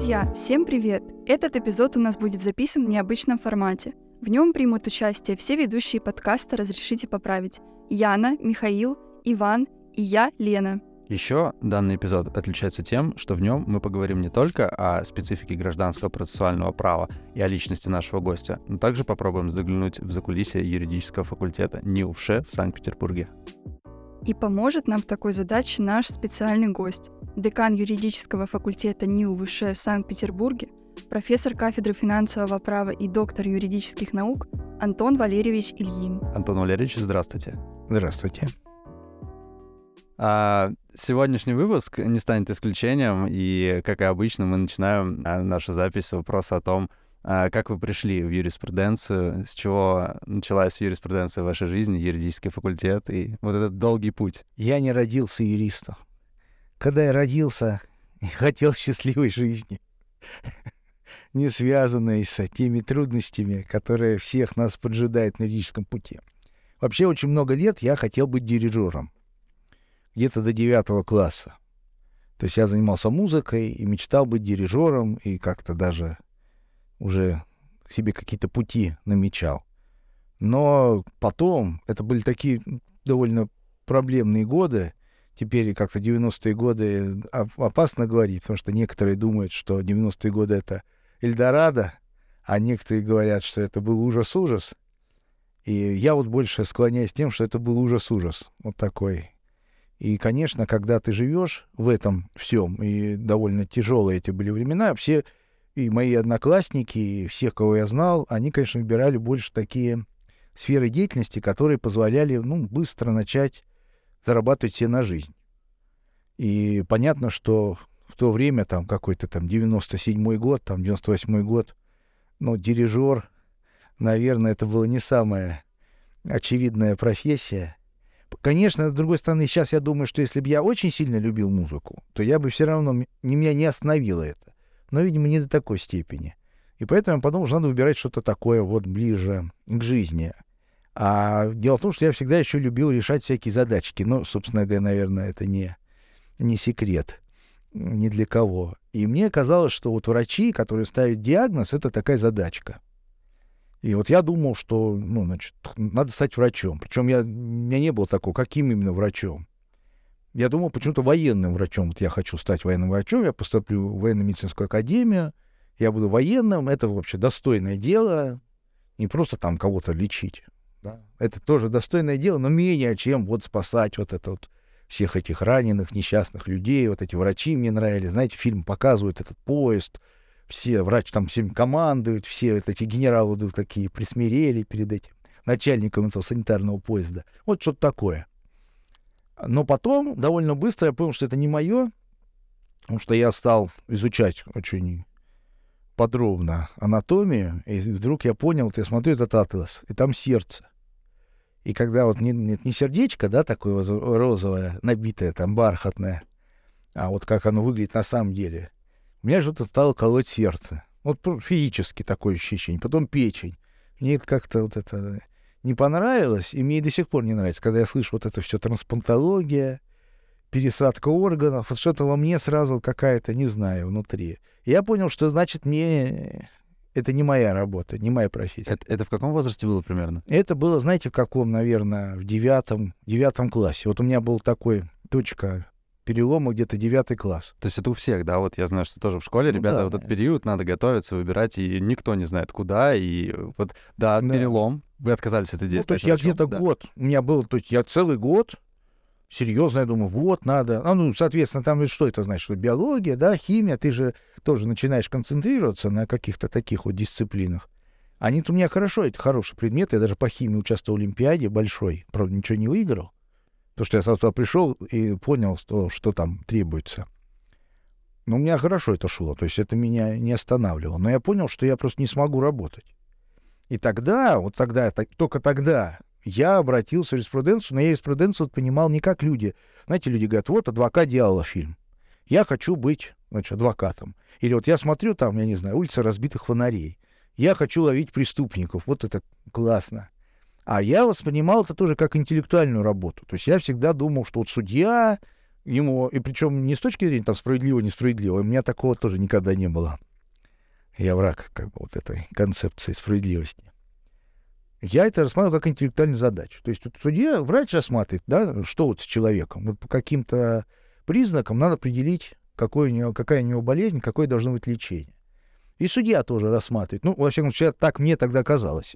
Друзья, всем привет! Этот эпизод у нас будет записан в необычном формате. В нем примут участие все ведущие подкаста «Разрешите поправить». Яна, Михаил, Иван и я, Лена. Еще данный эпизод отличается тем, что в нем мы поговорим не только о специфике гражданского процессуального права и о личности нашего гостя, но также попробуем заглянуть в закулисье юридического факультета НИУ ВШЭ в Санкт-Петербурге. И поможет нам в такой задаче наш специальный гость, декан юридического факультета НИУ ВШЭ в Санкт-Петербурге, профессор кафедры финансового права и доктор юридических наук Антон Валерьевич Ильин. Антон Валерьевич, здравствуйте. Здравствуйте. Сегодняшний выпуск не станет исключением, и, как и обычно, мы начинаем нашу запись с вопроса о том, как вы пришли в юриспруденцию, с чего началась юриспруденция в вашей жизни, юридический факультет и вот этот долгий путь. Я не родился юристом. Когда я родился, я хотел счастливой жизни, не связанной с теми трудностями, которые всех нас поджидают на юридическом пути. Вообще, очень много лет я хотел быть дирижером. Где-то до 9 класса. То есть я занимался музыкой и мечтал быть дирижером, и как-то даже уже себе какие-то пути намечал. Но потом, это были такие довольно проблемные годы. Теперь как-то 90-е годы опасно говорить, потому что некоторые думают, что 90-е годы — это Эльдорадо, а некоторые говорят, что это был ужас-ужас. И я вот больше склоняюсь к тем, что это был ужас-ужас. Вот такой. И, конечно, когда ты живешь в этом всем, и довольно тяжелые эти были времена, все, и мои одноклассники, и всех, кого я знал, они, конечно, выбирали больше такие сферы деятельности, которые позволяли, быстро начать зарабатывать себе на жизнь. И понятно, что в то время, какой-то 97-й год, 98-й год, дирижер, наверное, это была не самая очевидная профессия. Конечно, с другой стороны, сейчас я думаю, что если бы я очень сильно любил музыку, то я бы все равно, меня не остановило это. Но, видимо, не до такой степени. И поэтому я подумал, что надо выбирать что-то такое вот ближе к жизни. А дело в том, что я всегда еще любил решать всякие задачки. Собственно говоря, наверное, это не секрет ни для кого. И мне казалось, что вот врачи, которые ставят диагноз, это такая задачка. И вот я думал, что, надо стать врачом. Причем у меня не было такого, каким именно врачом. Я думал, почему-то военным врачом. Вот я хочу стать военным врачом, я поступлю в военно-медицинскую академию, я буду военным. Это вообще достойное дело, не просто кого-то лечить. Да? Это тоже достойное дело, но менее чем спасать всех этих раненых, несчастных людей. Вот эти врачи мне нравились. Знаете, фильм показывают этот поезд, все врач всем командуют, все эти генералы такие присмирели перед этим начальником этого санитарного поезда. Вот что-то такое. Но потом, довольно быстро, я понял, что это не мое, потому что я стал изучать очень подробно анатомию, и вдруг я понял, я смотрю этот атлас, и там сердце. И когда не сердечко, такое розовое, набитое, бархатное, а вот как оно выглядит на самом деле, у меня что-то стало колоть сердце. Вот физически такое ощущение. Потом печень. Мне это как-то это не понравилось, и мне и до сих пор не нравится, когда я слышу это все трансплантология, пересадка органов, что-то во мне сразу какая-то, не знаю, внутри. И я понял, что, значит, мне это не моя работа, не моя профессия. Это в каком возрасте было примерно? Это было, знаете, в каком, наверное, в 9 классе. Вот у меня был такой точка перелома где-то 9 класс. То есть это у всех, да? Вот я знаю, что тоже в школе, ребята, этот период надо готовиться, выбирать, и никто не знает, куда, и перелом. Вы отказались от идеи. То есть я где-то год, у меня был, то есть я целый год, серьезно, я думаю, надо. Соответственно, там что это значит? Что биология, да, химия, ты же тоже начинаешь концентрироваться на каких-то таких дисциплинах. Они-то у меня это хороший предмет, я даже по химии участвовал в олимпиаде большой, правда, ничего не выиграл. Потому что я сразу туда пришел и понял, что там требуется. Но у меня хорошо это шло, то есть это меня не останавливало. Но я понял, что я просто не смогу работать. И только тогда я обратился в юриспруденцию, но я юриспруденцию понимал не как люди. Знаете, люди говорят, «Адвокат дьявола» фильм. Я хочу быть, адвокатом. Или я смотрю я не знаю, «Улица разбитых фонарей». Я хочу ловить преступников. Вот это классно. А я воспринимал это тоже как интеллектуальную работу. То есть я всегда думал, что судья, ему, и причем не с точки зрения там справедливо, несправедливо, у меня такого тоже никогда не было. Я враг как бы вот этой концепции справедливости. Я это рассматривал как интеллектуальную задачу. То есть вот судья, врач рассматривает, да, что вот с человеком. Вот по каким-то признакам надо определить, какая у него болезнь, какое должно быть лечение. И судья тоже рассматривает. Ну, во всяком случае, так мне тогда казалось.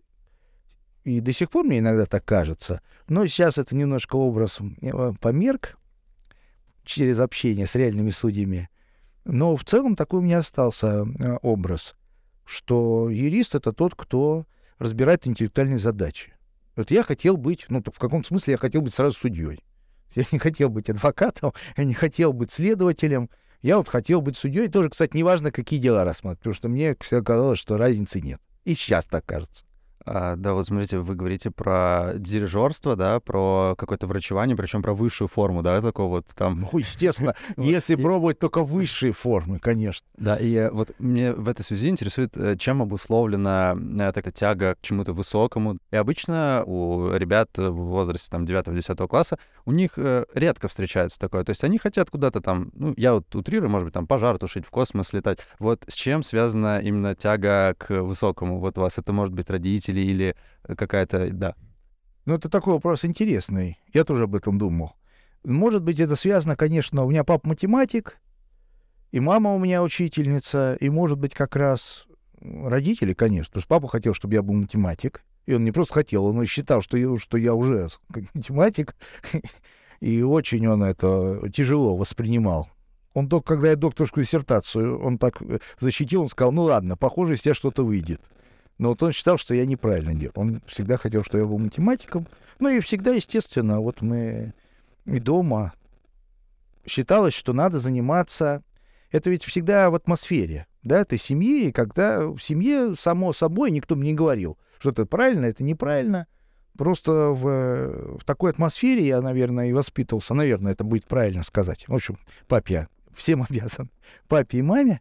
И до сих пор мне иногда так кажется. Но сейчас это немножко образ померк через общение с реальными судьями. Но в целом такой у меня остался образ, что юрист — это тот, кто разбирает интеллектуальные задачи. Вот я хотел быть, ну, в каком смысле я хотел быть сразу судьей. Я не хотел быть адвокатом, я не хотел быть следователем. Я вот хотел быть судьей. Тоже, кстати, неважно, какие дела рассматривать, потому что мне всегда казалось, что разницы нет. И сейчас так кажется. Да, вот смотрите, вы говорите про дирижерство, да, про какое-то врачевание, причем про высшую форму, да, такого вот там. Ну, естественно, если пробовать только высшие формы, конечно. Да, и вот мне в этой связи интересует, чем обусловлена такая тяга к чему-то высокому. И обычно у ребят в возрасте там 9-10 класса у них редко встречается такое. То есть они хотят куда-то там, ну, я вот утрирую, может быть, там пожар тушить, в космос летать. Вот с чем связана именно тяга к высокому? Вот у вас это может быть родители или какая-то, да. Ну, это такой вопрос интересный. Я тоже об этом думал. Может быть, это связано, конечно, у меня папа математик, и мама у меня учительница, и, может быть, как раз родители, конечно. То есть папа хотел, чтобы я был математик, и он не просто хотел, он и считал, что я уже математик, и очень он это тяжело воспринимал. Он только, когда я докторскую диссертацию, он так защитил, он сказал, ну ладно, похоже, из тебя что-то выйдет. Но вот он считал, что я неправильно делал. Он всегда хотел, чтобы я был математиком. Ну и всегда, естественно, вот мы и дома считалось, что надо заниматься. Это ведь всегда в атмосфере, да, этой семьи. И когда в семье, само собой, никто мне не говорил, что это правильно, это неправильно. Просто в такой атмосфере я, наверное, и воспитывался. Наверное, это будет правильно сказать. В общем, папе я всем обязан. Папе и маме.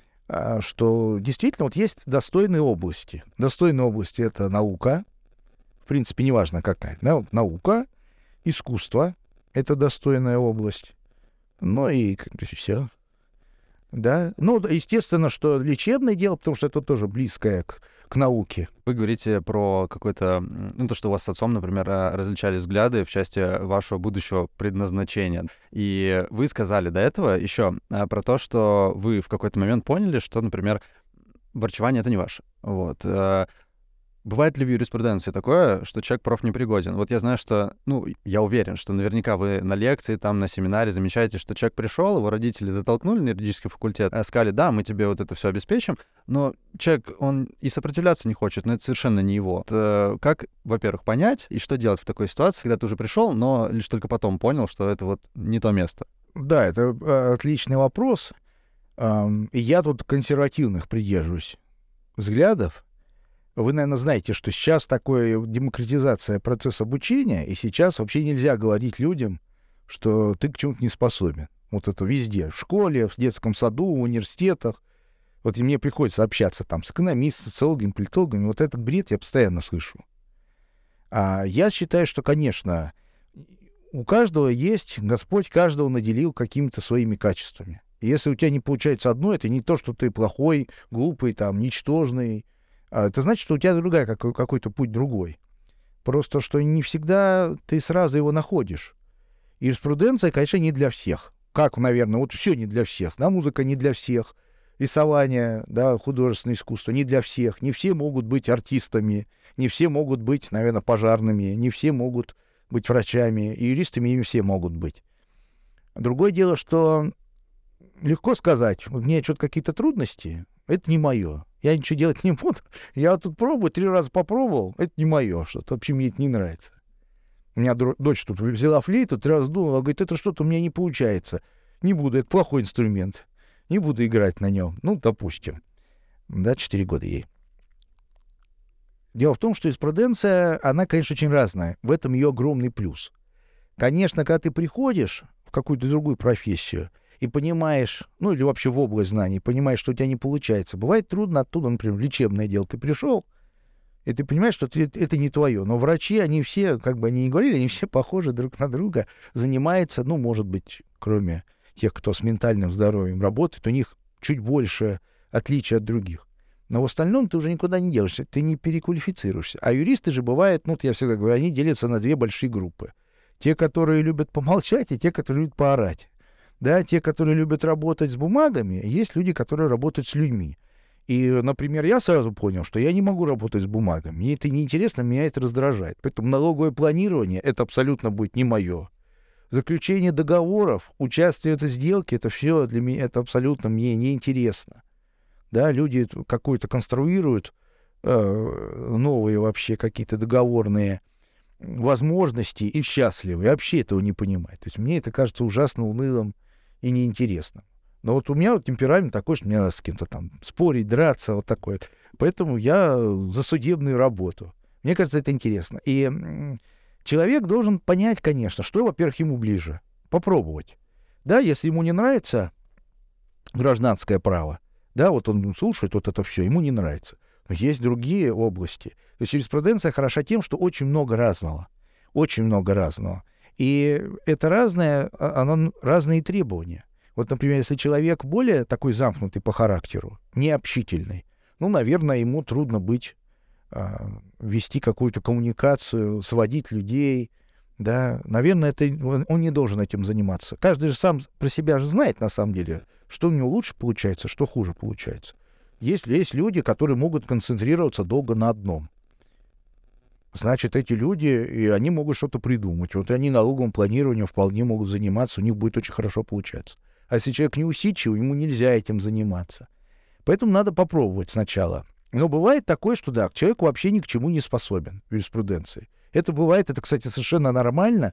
Что действительно вот есть достойные области. Достойные области — это наука, в принципе, неважно какая. Да? Вот наука, искусство — это достойная область. Ну и все. Да? Ну, естественно, что лечебное дело, потому что это тоже близкое к науке. Вы говорите про какое-то, ну, то, что у вас с отцом, например, различались взгляды в части вашего будущего предназначения. И вы сказали до этого еще про то, что вы в какой-то момент поняли, что, например, врачевание — это не ваше. Вот. Бывает ли в юриспруденции такое, что человек профнепригоден? Вот я знаю, что, ну, я уверен, что наверняка вы на лекции, там, на семинаре замечаете, что человек пришел, его родители затолкнули на юридический факультет, сказали, да, мы тебе вот это все обеспечим, но человек, он и сопротивляться не хочет, но это совершенно не его. Как, во-первых, понять, и что делать в такой ситуации, когда ты уже пришел, но лишь только потом понял, что это вот не то место? Да, это отличный вопрос. И я тут консервативных придерживаюсь взглядов. Вы, наверное, знаете, что сейчас такая демократизация процесса обучения, и сейчас вообще нельзя говорить людям, что ты к чему-то не способен. Вот это везде. В школе, в детском саду, в университетах. Вот и мне приходится общаться там с экономистами, социологами, политологами. Вот этот бред я постоянно слышу. А я считаю, что, конечно, у каждого есть, Господь каждого наделил какими-то своими качествами. И если у тебя не получается одно, это не то, что ты плохой, глупый, там, ничтожный. Это значит, что у тебя какой-то путь другой. Просто что не всегда ты сразу его находишь. Юриспруденция, конечно, не для всех. Как, наверное, вот все не для всех. Да, музыка не для всех. Рисование, да, художественное искусство не для всех. Не все могут быть артистами. Не все могут быть, наверное, пожарными. Не все могут быть врачами. И юристами не все могут быть. Другое дело, что легко сказать, у меня что-то какие-то трудности, это не мое. Я ничего делать не буду. Я тут пробую, 3 раза попробовал. Это не мое что-то. Вообще мне это не нравится. У меня дочь тут взяла флейту, 3 раза думала, говорит, это что-то у меня не получается. Не буду, это плохой инструмент. Не буду играть на нем. Ну, допустим. Да, 4 года ей. Дело в том, что юриспруденция, она, конечно, очень разная. В этом ее огромный плюс. Конечно, когда ты приходишь в какую-то другую профессию, и понимаешь, ну или вообще в область знаний, понимаешь, что у тебя не получается. Бывает трудно оттуда, например, в лечебное дело. Ты пришел, и ты понимаешь, что это не твое. Но врачи, они все, как бы они ни говорили, они все похожи друг на друга, занимаются, ну, может быть, кроме тех, кто с ментальным здоровьем работает, у них чуть больше отличий от других. Но в остальном ты уже никуда не делаешься, ты не переквалифицируешься. А юристы же бывают, ну, я всегда говорю, они делятся на две большие группы. Те, которые любят помолчать, и те, которые любят поорать. Да, те, которые любят работать с бумагами, есть люди, которые работают с людьми. И, например, я сразу понял, что я не могу работать с бумагами. Мне это неинтересно, меня это раздражает. Поэтому налоговое планирование — это абсолютно будет не мое. Заключение договоров, участие в этой сделке — это все для меня, это абсолютно мне неинтересно. Да, люди какую-то конструируют новые вообще какие-то договорные возможности и счастливы. Я вообще этого не понимаю. То есть мне это кажется ужасно унылым и неинтересным. Но вот у меня вот темперамент такой, что мне надо с кем-то там спорить, драться, вот такой. Поэтому я за судебную работу. Мне кажется, это интересно. И человек должен понять, конечно, что, во-первых, ему ближе. Попробовать. Да, если ему не нравится гражданское право, да, вот он слушает вот это все, ему не нравится. Но есть другие области. То есть юриспруденция хороша тем, что очень много разного. Очень много разного. И это разное, оно разные требования. Вот, например, если человек более такой замкнутый по характеру, необщительный, ну, наверное, ему трудно вести какую-то коммуникацию, сводить людей, да. Наверное, он не должен этим заниматься. Каждый же сам про себя же знает, на самом деле, что у него лучше получается, что хуже получается. Есть люди, которые могут концентрироваться долго на одном. Значит, эти люди, и они могут что-то придумать. Вот они налоговым планированием вполне могут заниматься, у них будет очень хорошо получаться. А если человек неусидчивый, ему нельзя этим заниматься. Поэтому надо попробовать сначала. Но бывает такое, что да, человек вообще ни к чему не способен в юриспруденции. Это бывает, это, кстати, совершенно нормально.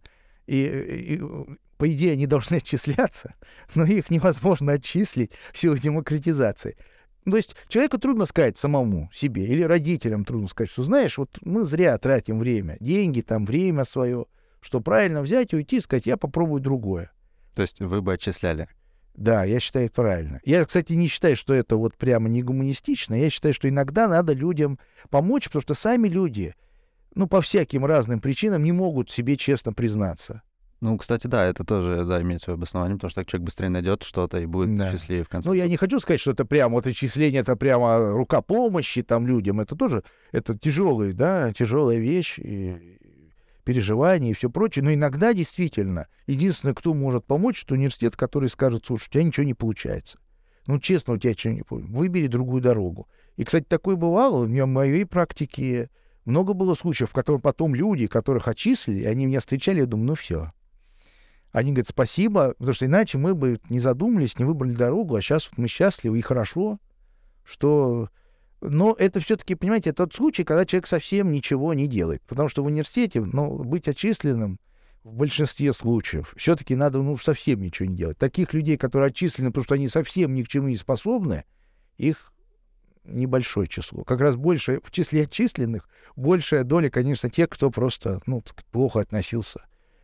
И по идее, они должны отчисляться, но их невозможно отчислить в силу демократизации. То есть человеку трудно сказать самому себе, или родителям трудно сказать, что, знаешь, вот мы зря тратим время, деньги, там, время свое, что правильно взять и уйти и сказать, я попробую другое. То есть вы бы отчисляли? Да, я считаю, это правильно. Я, кстати, не считаю, что это вот прямо не гуманистично. Я считаю, что иногда надо людям помочь, потому что сами люди, ну, по всяким разным причинам не могут себе честно признаться. Ну, кстати, да, это тоже, да, имеет свое обоснование, потому что так человек быстрее найдет что-то и будет счастливее в конце концов. Я не хочу сказать, что это прямо вот отчисление, это прямо рука помощи там людям. Это тоже, это тяжелая вещь, и переживания и все прочее. Но иногда действительно единственное, кто может помочь, это университет, который скажет, слушай, у тебя ничего не получается. Ну, честно, у тебя ничего не получается. Выбери другую дорогу. И, кстати, такое бывало. У меня в моей практике много было случаев, в которых потом люди, которых отчислили, они меня встречали, я думаю, ну все. Они говорят, спасибо, потому что иначе мы бы не задумались, не выбрали дорогу, а сейчас вот мы счастливы и хорошо, что... Но это все-таки, понимаете, это тот случай, когда человек совсем ничего не делает. Потому что в университете, быть отчисленным в большинстве случаев все-таки надо, совсем ничего не делать. Таких людей, которые отчислены, потому что они совсем ни к чему не способны, их небольшое число. Как раз больше, в числе отчисленных, большая доля, конечно, тех, кто просто, плохо относился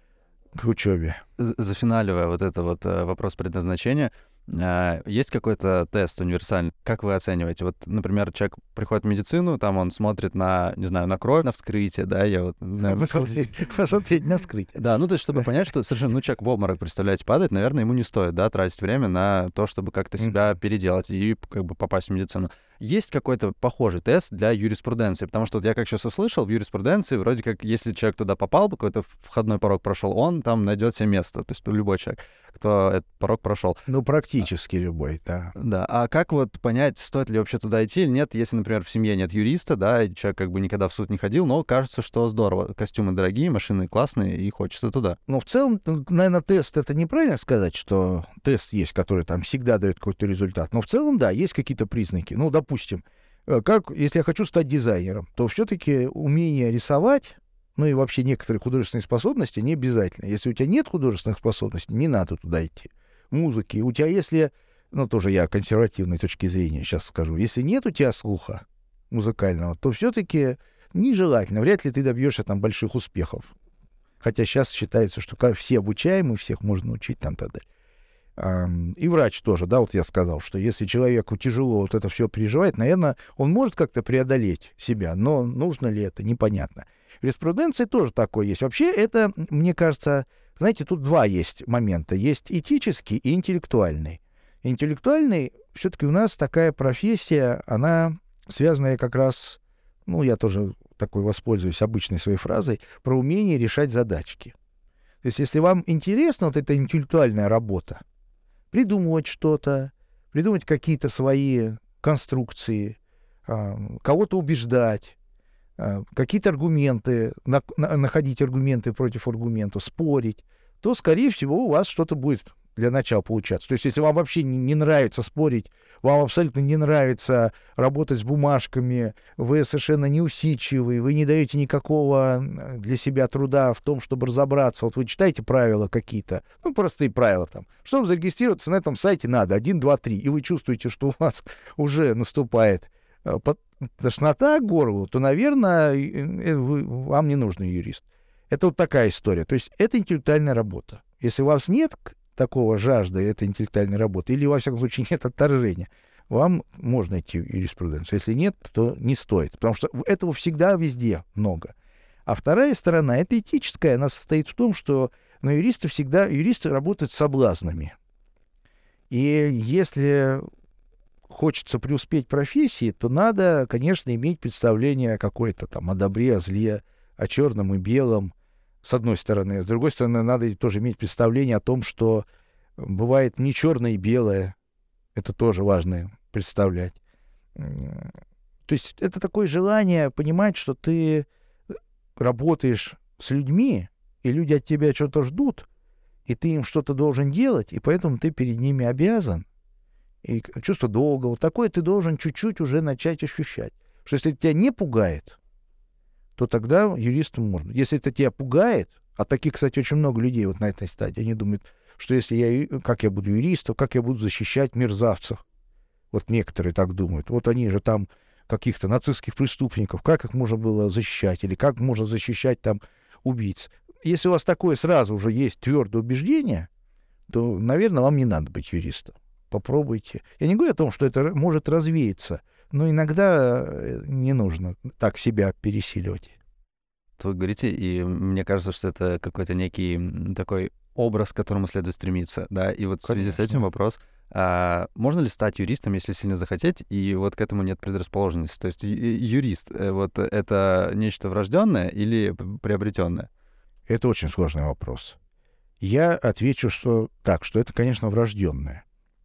к учебе. Зафиналивая вот это вот вопрос предназначения, есть какой-то тест универсальный? Как вы оцениваете? Вот, например, человек приходит в медицину, там он смотрит на, не знаю, на кровь, на вскрытие, да, я вот... Посмотреть на вскрытие. Да, то есть, чтобы понять, что совершенно, человек в обморок, представляете, падает, наверное, ему не стоит, да, тратить время на то, чтобы как-то себя переделать и как бы попасть в медицину. Есть какой-то похожий тест для юриспруденции? Потому что вот я как сейчас услышал, в юриспруденции вроде как, если человек туда попал, какой-то входной порог прошел, он там найдет себе место. То есть любой человек, кто этот порог прошел. Практически любой, да. Да. А как вот понять, стоит ли вообще туда идти или нет, если, например, в семье нет юриста, да, и человек как бы никогда в суд не ходил, но кажется, что здорово. Костюмы дорогие, машины классные, и хочется туда. В целом, наверное, тест — это неправильно сказать, что тест есть, который там всегда дает какой-то результат. Но в целом, да, есть какие-то признаки. Допустим, если я хочу стать дизайнером, то все-таки умение рисовать, и вообще некоторые художественные способности не обязательно. Если у тебя нет художественных способностей, не надо туда идти. Музыки. У тебя, если... тоже я консервативной точки зрения сейчас скажу. Если нет у тебя слуха музыкального, то все-таки нежелательно. Вряд ли ты добьешься там больших успехов. Хотя сейчас считается, что все обучаемые, всех можно учить там так далее. И врач тоже, да, вот я сказал, что если человеку тяжело вот это все переживать, наверное, он может как-то преодолеть себя, но нужно ли это, непонятно. В юриспруденции тоже такое есть. Вообще это, мне кажется, знаете, тут два есть момента. Есть этический и интеллектуальный. Интеллектуальный, все-таки у нас такая профессия, она связанная как раз, ну, я тоже такой воспользуюсь обычной своей фразой, про умение решать задачки. То есть если вам интересна вот эта интеллектуальная работа, придумывать что-то, придумать какие-то свои конструкции, кого-то убеждать, какие-то аргументы, находить аргументы против аргументов, спорить, то, скорее всего, у вас что-то будет для начала получаться. То есть если вам вообще не нравится спорить, вам абсолютно не нравится работать с бумажками, вы совершенно неусидчивый, вы не даете никакого для себя труда в том, чтобы разобраться. Вот вы читаете правила какие-то, ну, простые правила там. Чтобы зарегистрироваться на этом сайте надо 1, 2, 3, и вы чувствуете, что у вас уже наступает тошнота к горлу, то, наверное, вам не нужен юрист. Это вот такая история. То есть это интеллектуальная работа. Если у вас нет такого жажды этой интеллектуальной работы, или, во всяком случае, нет отторжения, вам можно идти в юриспруденцию. Если нет, то не стоит, потому что этого всегда везде много. А вторая сторона, это этическая, она состоит в том, что юристы работают с соблазнами. И если хочется преуспеть в профессии, то надо, конечно, иметь представление какое-то там о добре, о зле, о черном и белом, с одной стороны. С другой стороны, надо тоже иметь представление о том, что бывает не черное и белое. Это тоже важно представлять. То есть это такое желание понимать, что ты работаешь с людьми, и люди от тебя что-то ждут, и ты им что-то должен делать, и поэтому ты перед ними обязан. И чувство долга, вот такое ты должен чуть-чуть уже начать ощущать. Что если это тебя не пугает, то тогда юристом можно. Если это тебя пугает, а таких, кстати, очень много людей вот на этой стадии, они думают, что если как я буду юристом, как я буду защищать мерзавцев. Вот некоторые так думают. Вот они же там каких-то нацистских преступников, как их можно было защищать, или как можно защищать там убийц. Если у вас такое сразу уже есть твердое убеждение, то, наверное, вам не надо быть юристом. Попробуйте. Я не говорю о том, что это может развеяться, но иногда не нужно так себя пересиливать. Вы говорите, и мне кажется, что это какой-то некий такой образ, к которому следует стремиться, да, и вот в связи с этим вопрос, можно ли стать юристом, если сильно захотеть, и вот к этому нет предрасположенности? То есть юрист, вот это нечто врожденное или приобретенное? Это очень сложный вопрос. Я отвечу, что так, что это, конечно, врожденное.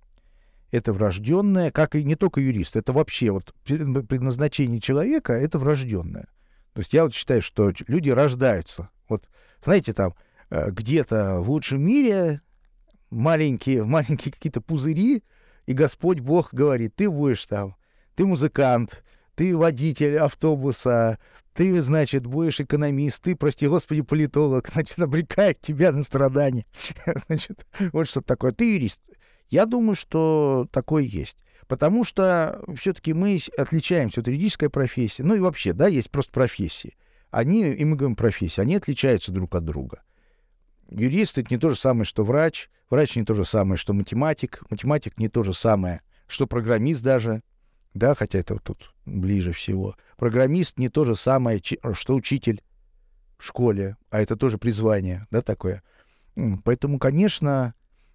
Это врожденное, как и не только юрист, это вообще вот предназначение человека, это врожденное. То есть я вот считаю, что люди рождаются. Вот, знаете, там где-то в лучшем мире маленькие какие-то пузыри, и Господь Бог говорит, ты будешь там, ты музыкант, ты водитель автобуса, ты, значит, будешь экономист, ты, прости господи, политолог, значит, обрекает тебя на страдания. Значит, вот что такое. Ты юрист. Я думаю, что такое есть. Потому что все-таки мы отличаемся от юридической профессии. Ну и вообще, да, есть просто профессии. И мы говорим профессии, они отличаются друг от друга. Юрист — это не то же самое, что врач. Врач не то же самое, что математик. Математик не то же самое, что программист даже. Да, хотя это вот тут ближе всего. Программист не то же самое, что учитель в школе. А это тоже призвание, да, такое. Поэтому, конечно,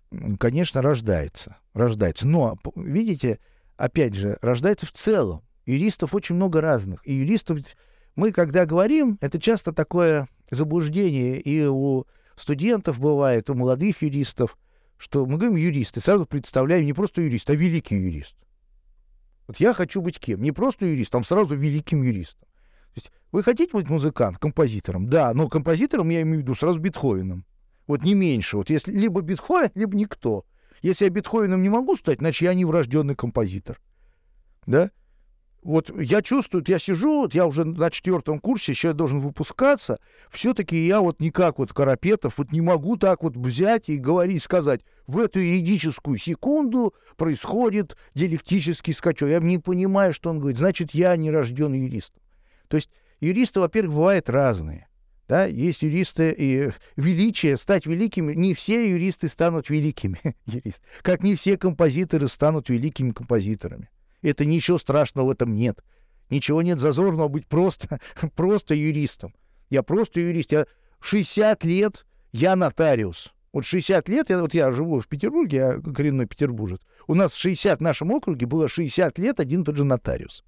рождается. Но, видите, опять же, рождается в целом. Юристов очень много разных. И юристов, мы когда говорим, это часто такое заблуждение и у студентов бывает, у молодых юристов, что мы говорим юрист, и сразу представляем не просто юрист, а великий юрист. Вот я хочу быть кем? Не просто юристом, а сразу великим юристом. То есть вы хотите быть музыкантом, композитором? Да, но композитором я имею в виду сразу Бетховеном. Вот не меньше. Вот если либо Бетховен, либо никто. Если я Бетховеном не могу стать, значит, я не врожденный композитор. Да? Вот я чувствую, я сижу, я уже на 4-м курсе, еще я должен выпускаться. Все-таки я вот не как вот Карапетов, вот не могу так вот взять и говорить, сказать, в эту юридическую секунду происходит диалектический скачок. Я не понимаю, что он говорит. Значит, я не рожден юристом. То есть юристы, во-первых, бывают разные. Да, есть юристы и величие, стать великими. Не все юристы станут великими, как не все композиторы станут великими композиторами. Это ничего страшного в этом нет. Ничего нет зазорного быть просто юристом. Я просто юрист. Я 60 лет Я нотариус. Вот 60 лет, я живу в Петербурге, я коренной петербуржец. У нас в нашем округе было 60 лет один и тот же нотариус.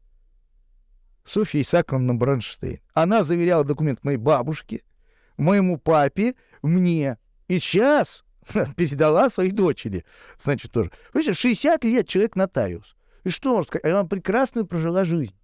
Софья Исааковна Бронштейн. Она заверяла документ моей бабушке, моему папе, мне. И сейчас передала своей дочери. Значит, тоже. Видите, 60 лет человек нотариус. И что можно сказать? Она прекрасно прожила жизнь.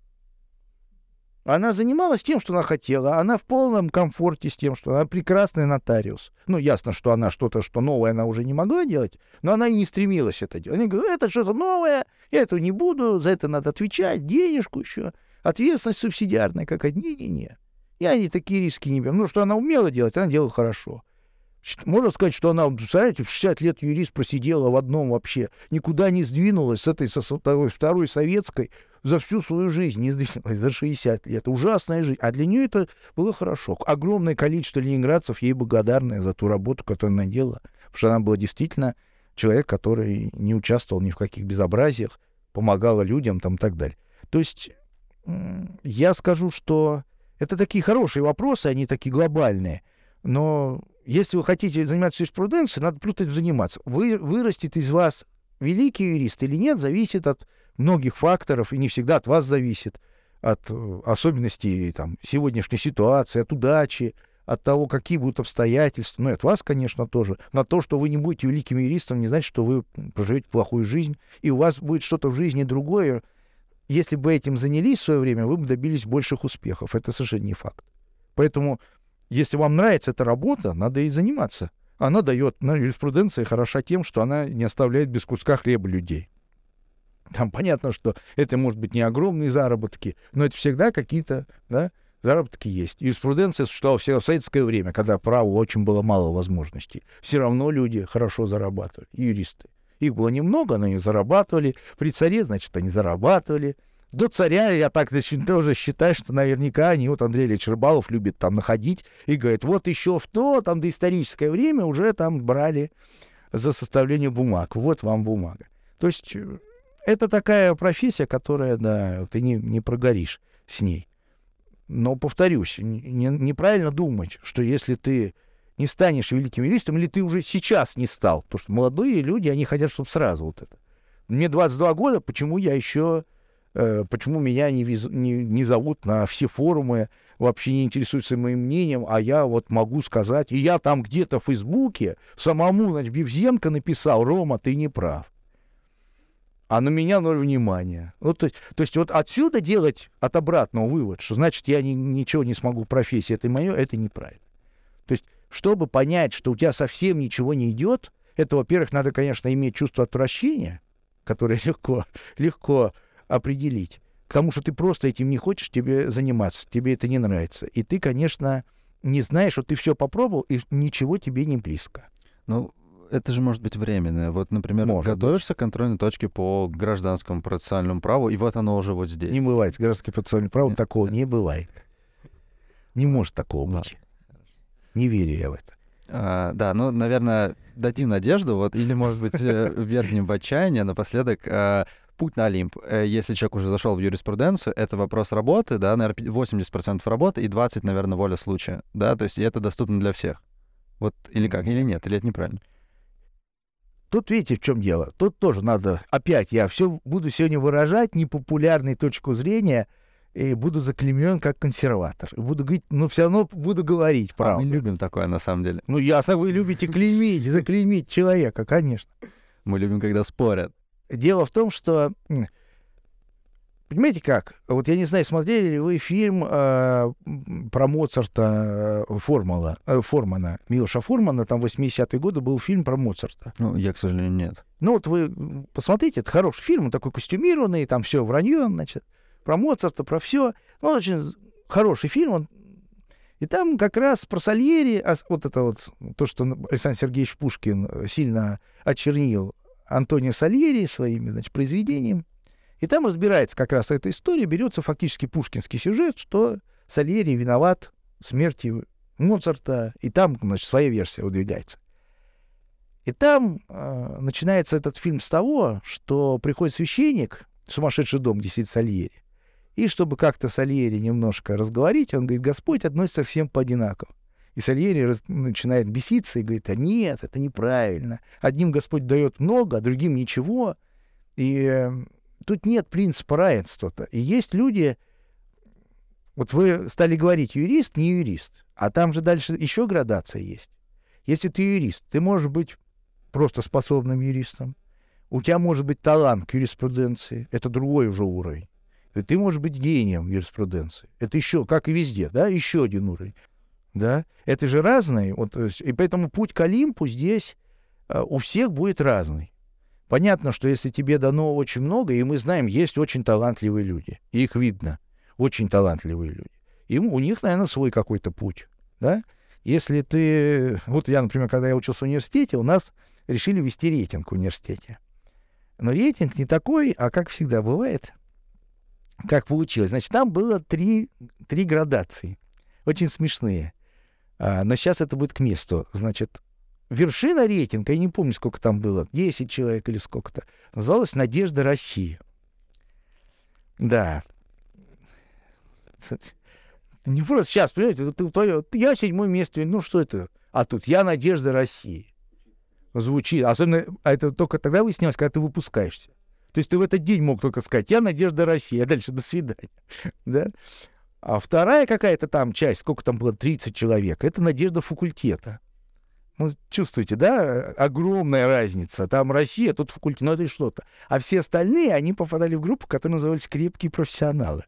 Она занималась тем, что она хотела. Она в полном комфорте с тем, что она прекрасный нотариус. Ну, ясно, что она что-то, что новое она уже не могла делать, но она и не стремилась это делать. Они говорят, это что-то новое, я этого не буду, за это надо отвечать, денежку еще. Ответственность субсидиарная какая-то. Не-не-не. Я не такие риски не беру. Ну, что она умела делать, она делала хорошо. Можно сказать, что она, представляете, в 60 лет юрист просидела в одном вообще, никуда не сдвинулась с этой, второй советской, за всю свою жизнь не сдвинулась, за 60 лет. Ужасная жизнь. А для нее это было хорошо. Огромное количество ленинградцев ей благодарны за ту работу, которую она делала. Потому что она была действительно человек, который не участвовал ни в каких безобразиях, помогала людям там, и так далее. То есть я скажу, что это такие хорошие вопросы, они такие глобальные. Но если вы хотите заниматься юриспруденцией, надо плутать заниматься. Вырастет из вас великий юрист или нет, зависит от многих факторов, и не всегда от вас зависит, от особенностей там, сегодняшней ситуации, от удачи, от того, какие будут обстоятельства. Ну, и от вас, конечно, тоже. Но то, что вы не будете великим юристом, не значит, что вы проживете плохую жизнь, и у вас будет что-то в жизни другое. Если бы этим занялись в свое время, вы бы добились больших успехов. Это совершенно не факт. Поэтому, если вам нравится эта работа, надо ей заниматься. Она дает, юриспруденция хороша тем, что она не оставляет без куска хлеба людей. Там понятно, что это может быть не огромные заработки, но это всегда какие-то, да, заработки есть. Юриспруденция существовала всегда в советское время, когда праву очень было мало возможностей. Все равно люди хорошо зарабатывали, юристы. Их было немного, но они зарабатывали. При царе, значит, они зарабатывали. До царя я так тоже считаю, что наверняка они, вот Андрей Ильич Рыбалов любит там находить и говорит, вот еще в то, там, доисторическое время уже там брали за составление бумаг. Вот вам бумага. То есть это такая профессия, которая, да, ты не прогоришь с ней. Но, повторюсь, неправильно думать, что если ты не станешь великим юристом, или ты уже сейчас не стал, потому что молодые люди, они хотят, чтобы сразу вот это. Мне 22 года, почему меня не зовут на все форумы, вообще не интересуются моим мнением, а я вот могу сказать, и я там где-то в Фейсбуке самому, значит, Бевзенко написал, Рома, ты не прав. А на меня 0 внимания. Вот, то есть вот отсюда делать от обратного вывод, что значит я ничего не смогу в профессии, это мое, это неправильно. То есть чтобы понять, что у тебя совсем ничего не идет, это, во-первых, надо, конечно, иметь чувство отвращения, которое легко определить. Потому что ты просто этим не хочешь тебе заниматься, тебе это не нравится. И ты, конечно, не знаешь, что ты все попробовал, и ничего тебе не близко. Ну, это же может быть временное. Вот, например, готовишься к контрольной точке по гражданскому процессуальному праву, и вот оно уже вот здесь. Не бывает. С гражданским процессуальным правом такого не бывает. Не может такого быть. Не верю я в это. Да, ну, наверное, дадим надежду, вот, или, может быть, вернем в отчаяние напоследок. Путь на Олимп. Если человек уже зашел в юриспруденцию, это вопрос работы, да, наверное, 80% работы и 20%, наверное, воля случая, да, то есть это доступно для всех. Вот, или как, или нет, или это неправильно? Тут видите, в чем дело. Тут тоже надо, опять, я все буду сегодня выражать непопулярную точку зрения, и буду заклеймен как консерватор. И буду говорить, но все равно буду говорить правду. Мы любим такое, на самом деле. Ну, ясно, вы любите клеймить, заклеймить человека, конечно. Мы любим, когда спорят. Дело в том, что... Понимаете как? Вот я не знаю, смотрели ли вы фильм про Моцарта Формана, Милоша Формана, там в 80-е годы был фильм про Моцарта. Ну, я, к сожалению, нет. Ну, вот вы посмотрите, это хороший фильм, он такой костюмированный, там все вранье, значит, про Моцарта, про все. Ну, очень хороший фильм, и там как раз про Сальери, вот это вот, то, что Александр Сергеевич Пушкин сильно очернил Антонио Сальери своими, значит, произведениями. И там разбирается как раз эта история, берется фактически пушкинский сюжет, что Сальери виноват в смерти Моцарта, и там, значит, своя версия выдвигается. И там начинается этот фильм с того, что приходит священник в сумасшедший дом, где сидит Сальери, и чтобы как-то Сальери немножко разговорить, он говорит, Господь относится к всем по одинаково. И Сальери начинает беситься и говорит: а нет, это неправильно. Одним Господь дает много, а другим ничего. И тут нет принципа равенства-то. И есть люди... Вот вы стали говорить юрист, не юрист. А там же дальше еще градация есть. Если ты юрист, ты можешь быть просто способным юристом. У тебя может быть талант к юриспруденции. Это другой уже уровень. И ты можешь быть гением юриспруденции. Это еще, как и везде, да, еще один уровень. Да? Это же разные. Вот, и поэтому путь к Олимпу здесь у всех будет разный. Понятно, что если тебе дано очень много, и мы знаем, есть очень талантливые люди. И их видно. Очень талантливые люди. И у них, наверное, свой какой-то путь. Да? Если ты... Вот я, например, когда я учился в университете, у нас решили вести рейтинг в университете. Но рейтинг не такой, а как всегда бывает, как получилось. Значит, там было три градации. Очень смешные. Но сейчас это будет к месту. Значит, вершина рейтинга, я не помню, сколько там было, 10 человек или сколько-то, называлась «Надежда России». Да. Не просто сейчас, понимаете, я 7-е место, ну что это? А тут «Я Надежда России». Звучит. Особенно, а это только тогда выяснилось, когда ты выпускаешься. То есть ты в этот день мог только сказать: «Я Надежда России», а дальше «До свидания». Да? А вторая какая-то там часть, сколько там было, 30 человек, это «Надежда факультета». Ну, чувствуете, да? Огромная разница. Там Россия, тут факультет, ну это и что-то. А все остальные, они попадали в группу, которая называлась «Крепкие профессионалы».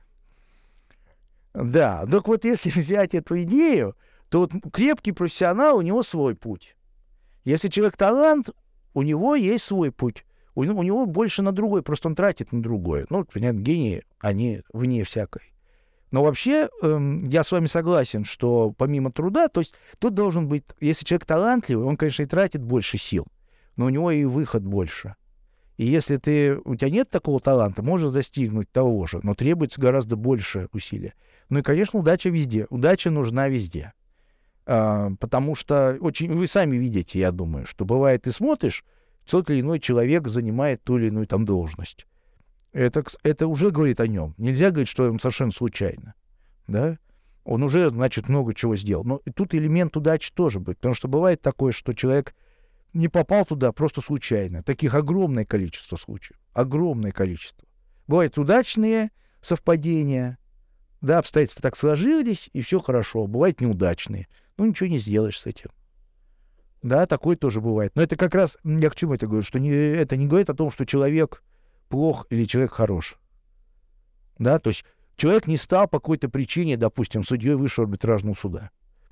Да, так вот если взять эту идею, то вот крепкий профессионал, у него свой путь. Если человек талант, у него есть свой путь. У него больше на другой, просто он тратит на другое. Ну, понятно, гении, они вне всякой. Но вообще, я с вами согласен, что помимо труда, то есть тут должен быть, если человек талантливый, он, конечно, и тратит больше сил, но у него и выход больше. И если у тебя нет такого таланта, можешь достигнуть того же, но требуется гораздо больше усилия. Ну и, конечно, удача везде. Удача нужна везде. Потому что вы сами видите, я думаю, что бывает, ты смотришь, тот или иной человек занимает ту или иную там должность. Это уже говорит о нем. Нельзя говорить, что он совершенно случайно. Да? Он уже, значит, много чего сделал. Но тут элемент удачи тоже будет. Потому что бывает такое, что человек не попал туда просто случайно. Таких огромное количество случаев. Огромное количество. Бывают удачные совпадения. Да, обстоятельства так сложились, и все хорошо. Бывают неудачные. Ну, ничего не сделаешь с этим. Да, такое тоже бывает. Но это как раз, я к чему это говорю, что это не говорит о том, что человек плох или человек хорош. Да, то есть человек не стал по какой-то причине, допустим, судьей высшего арбитражного суда,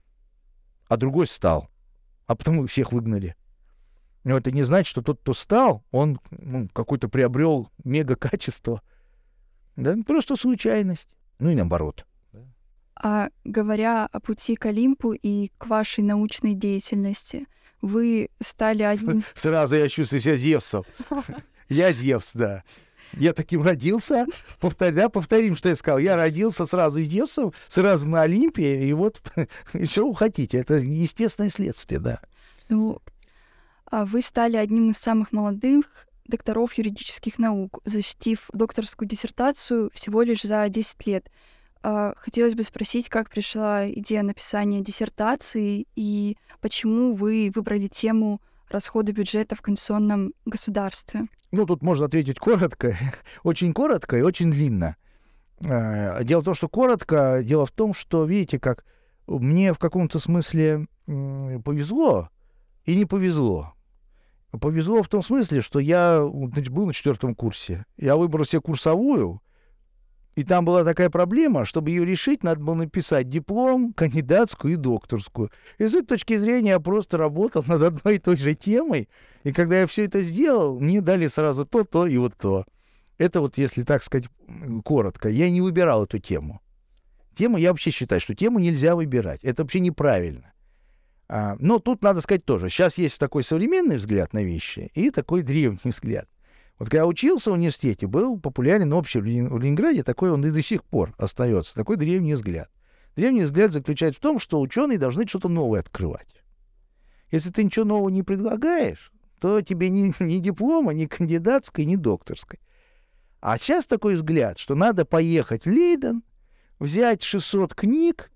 а другой стал, а потом их всех выгнали. Но это не значит, что тот, кто стал, он какой-то приобрел мега-качество. Да, просто случайность. Ну и наоборот. А говоря о пути к Олимпу и к вашей научной деятельности, вы стали одним из... Сразу я чувствую себя Зевсом. Я Зевс, да. Я таким родился. Повторим, что я сказал. Я родился сразу Зевсом, сразу на Олимпе, и вот что вы хотите. Это естественное следствие, да. Ну, а вы стали одним из самых молодых докторов юридических наук, защитив докторскую диссертацию всего лишь за 10 лет. Хотелось бы спросить, как пришла идея написания диссертации и почему вы выбрали тему расхода бюджета в конституционном государстве? Ну, тут можно ответить коротко, очень коротко и очень длинно. Дело в том, что коротко, дело в том, что, видите, как мне в каком-то смысле повезло и не повезло. Повезло в том смысле, что я был на 4-м курсе. Я выбрал себе курсовую, и там была такая проблема, чтобы ее решить, надо было написать диплом, кандидатскую и докторскую. И с этой точки зрения я просто работал над одной и той же темой. И когда я все это сделал, мне дали сразу то и вот то. Это вот, если так сказать, коротко. Я не выбирал эту тему. Тему, я вообще считаю, что тему нельзя выбирать. Это вообще неправильно. Но тут надо сказать тоже. Сейчас есть такой современный взгляд на вещи и такой древний взгляд. Вот когда я учился в университете, был популярен вообще в Ленинграде, такой он и до сих пор остается, такой древний взгляд. Древний взгляд заключается в том, что ученые должны что-то новое открывать. Если ты ничего нового не предлагаешь, то тебе ни диплома, ни кандидатской, ни докторской. А сейчас такой взгляд, что надо поехать в Лейден, взять 600 книг,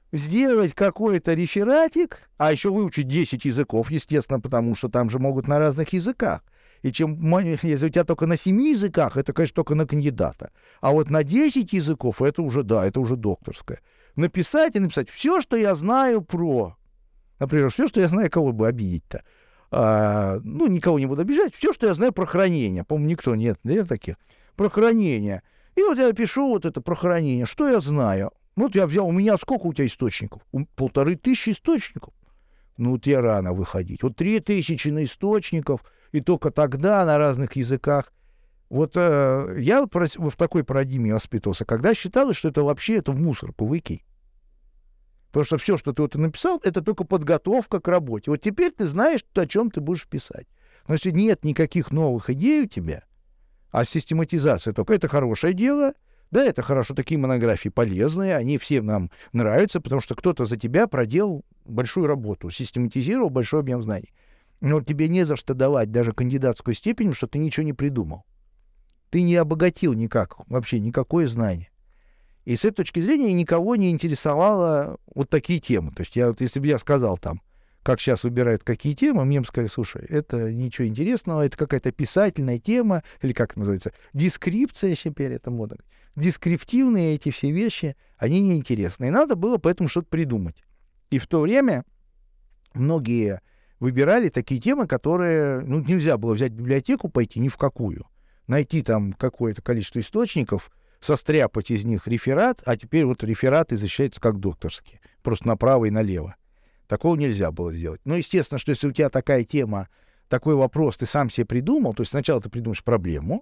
сделать какой-то рефератик, а еще выучить 10 языков, естественно, потому что там же могут на разных языках. И если у тебя только на 7 языках, это, конечно, только на кандидата. А вот на 10 языков, это уже, да, это уже докторское. Написать все, что я знаю про... Например, все, что я знаю, кого бы обидеть-то. Никого не буду обижать. Все, что я знаю про хранение. По-моему, никто нет таких. Про хранение. И вот я пишу вот это про хранение. Что я знаю? Вот я взял, у меня сколько у тебя источников? 1500 источников. Ну, тебе рано выходить. Вот 3000 на источников, и только тогда на разных языках. Вот я вот в такой парадигме воспитывался, когда считалось, что это вообще это в мусорку выкинь. Потому что все, что ты вот написал, это только подготовка к работе. Вот теперь ты знаешь, о чем ты будешь писать. Но если нет никаких новых идей у тебя, а систематизация только это хорошее дело, да, это хорошо, такие монографии полезные, они всем нам нравятся, потому что кто-то за тебя проделал большую работу, систематизировал большой объем знаний. Но тебе не за что давать даже кандидатскую степень, потому что ты ничего не придумал. Ты не обогатил никак, вообще никакое знание. И с этой точки зрения никого не интересовало вот такие темы. То есть если бы я сказал там, как сейчас выбирают какие темы, мне бы сказали, слушай, это ничего интересного, это какая-то писательная тема, или как это называется, дескрипция теперь, это модно. Дескриптивные эти все вещи, они неинтересны. И надо было поэтому что-то придумать. И в то время многие выбирали такие темы, которые, нельзя было взять библиотеку, пойти ни в какую, найти там какое-то количество источников, состряпать из них реферат, а теперь вот рефераты защищаются как докторские, просто направо и налево. Такого нельзя было сделать. Но естественно, что если у тебя такая тема, такой вопрос ты сам себе придумал, то есть сначала ты придумаешь проблему,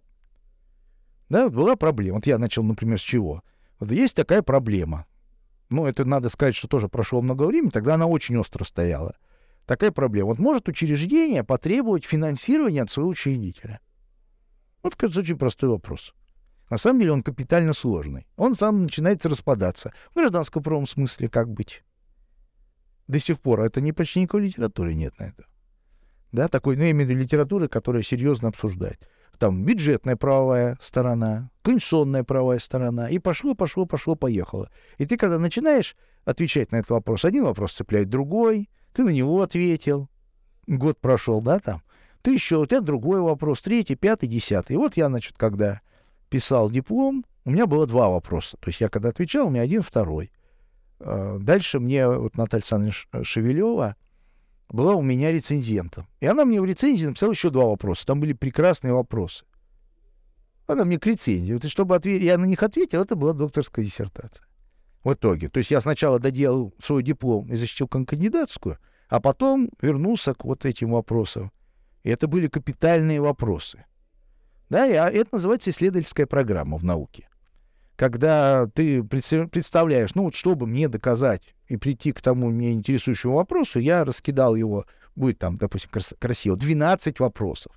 да, вот была проблема. Вот я начал, например, с чего? Вот есть такая проблема. Это надо сказать, что тоже прошло много времени, тогда она очень остро стояла. Такая проблема. Вот может учреждение потребовать финансирования от своего учредителя? Вот, кажется, очень простой вопрос. На самом деле он капитально сложный. Он сам начинает распадаться. В гражданско-правовом смысле как быть? До сих пор это почти никакой литературы нет на это. Да, такой, я имею в виду литературы, которая серьезно обсуждает. Там бюджетная правовая сторона, конституционная правовая сторона. И пошло-поехало. И ты, когда начинаешь отвечать на этот вопрос, один вопрос цепляет другой, ты на него ответил, год прошел, да, там. Ты еще, у тебя другой вопрос, 3, 5, 10. И вот я, когда писал диплом, у меня было 2 вопроса. То есть я когда отвечал, у меня один, второй. Дальше мне вот Наталья Александровна Шевелева была у меня рецензентом. И она мне в рецензии написала еще 2 вопроса. Там были прекрасные вопросы. Она мне к рецензии. Вот, и чтобы я на них ответил, это была докторская диссертация. В итоге. То есть я сначала доделал свой диплом и защитил кандидатскую, а потом вернулся к вот этим вопросам. И это были капитальные вопросы. Да, и это называется исследовательская программа в науке. Когда ты представляешь, чтобы мне доказать и прийти к тому меня интересующему вопросу, я раскидал его, будет там, допустим, красиво, 12 вопросов,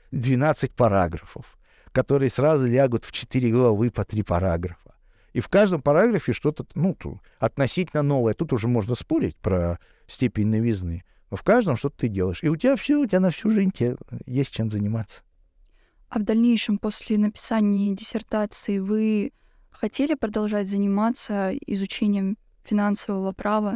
12 параграфов, которые сразу лягут в 4 главы по 3 параграфа. И в каждом параграфе что-то, относительно новое. Тут уже можно спорить про степень новизны, но в каждом что-то ты делаешь. И у тебя на всю жизнь есть чем заниматься. А в дальнейшем, после написания диссертации, вы хотели продолжать заниматься изучением финансового права?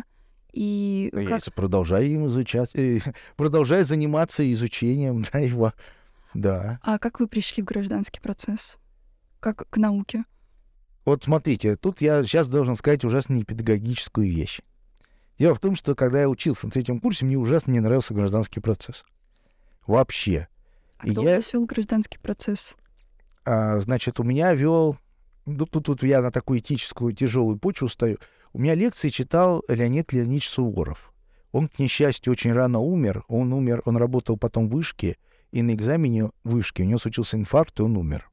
И я продолжаю им изучать, продолжаю заниматься изучением его. Да. А как вы пришли в гражданский процесс? Как к науке? Вот смотрите, тут я сейчас должен сказать ужасно непедагогическую вещь. Дело в том, что когда я учился на 3 курсе, мне ужасно не нравился гражданский процесс. Вообще. А кто у вас вел гражданский процесс? Значит, у меня вел... Тут я на такую этическую тяжелую почву стою. У меня лекции читал Леонид Леонидович Суворов. Он, к несчастью, очень рано умер. Он работал потом в вышке, и на экзамене вышки у него случился инфаркт, и он умер.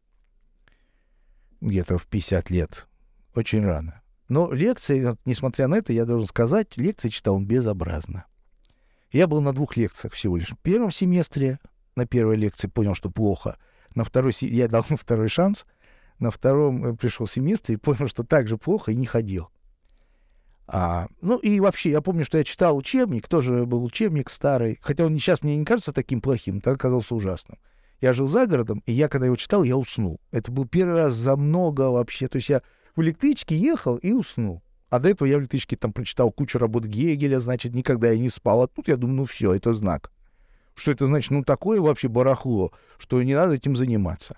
Где-то в 50 лет. Очень рано. Но лекции, несмотря на это, я должен сказать, лекции читал он безобразно. Я был на 2 лекциях всего лишь. В первом семестре, на первой лекции понял, что плохо. На второй я дал ему второй шанс. На втором пришел семестр и понял, что так же плохо, и не ходил. И вообще, я помню, что я читал учебник, тоже был учебник старый, хотя он сейчас мне не кажется таким плохим, тогда казался ужасным. Я жил за городом, и когда его читал, я уснул. Это был первый раз за много вообще. То есть я в электричке ехал и уснул. А до этого я в электричке там прочитал кучу работ Гегеля, значит, никогда я не спал. А тут я думаю, ну все, это знак. Что это значит? Ну такое вообще барахло, что не надо этим заниматься.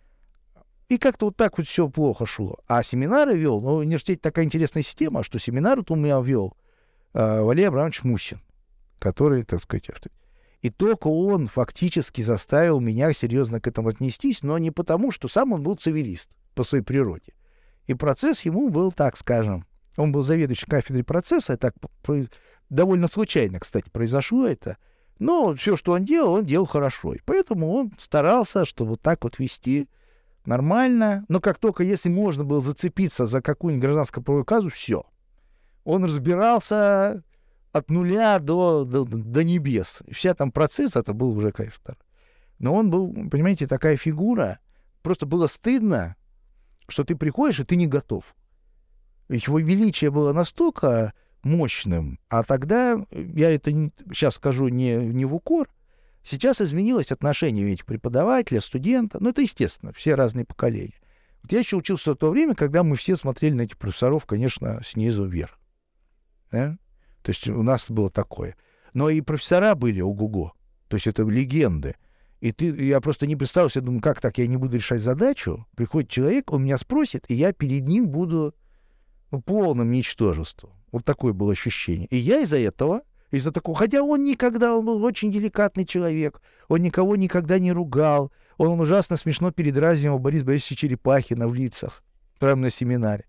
И как-то вот так вот все плохо шло. А семинары вел, ну, в университете такая интересная система, что семинары у меня вел Валерий Абрамович Мусин, который, так сказать, и только он фактически заставил меня серьезно к этому отнестись, но не потому, что сам он был цивилист по своей природе. И процесс ему был, так скажем, он был заведующим кафедрой процесса, так довольно случайно, кстати, произошло это, но все, что он делал хорошо. И поэтому он старался, что вот так вот вести нормально. Но как только, если можно было зацепиться за какую-нибудь гражданско-правовую казу, все. Он разбирался от нуля до небес. Вся там процесс, это был уже, конечно. Но он был, понимаете, такая фигура. Просто было стыдно, что ты приходишь, и ты не готов. Ведь его величие было настолько мощным, а тогда, я это сейчас скажу не в укор, сейчас изменилось отношение этих преподавателя, студента, ну это естественно, все разные поколения. Вот я еще учился в то время, когда мы все смотрели на этих профессоров, конечно, снизу вверх. Да? То есть у нас было такое. Но и профессора были ого-го, то есть это легенды. И я просто не представил себе, думаю, как так, я не буду решать задачу, приходит человек, он меня спросит, и я перед ним буду полным ничтожеством. Вот такое было ощущение. И я из-за такого, хотя он был очень деликатный человек, он никого никогда не ругал, он ужасно смешно передразнивал Бориса Борисовича Черепахина в лицах, прямо на семинаре.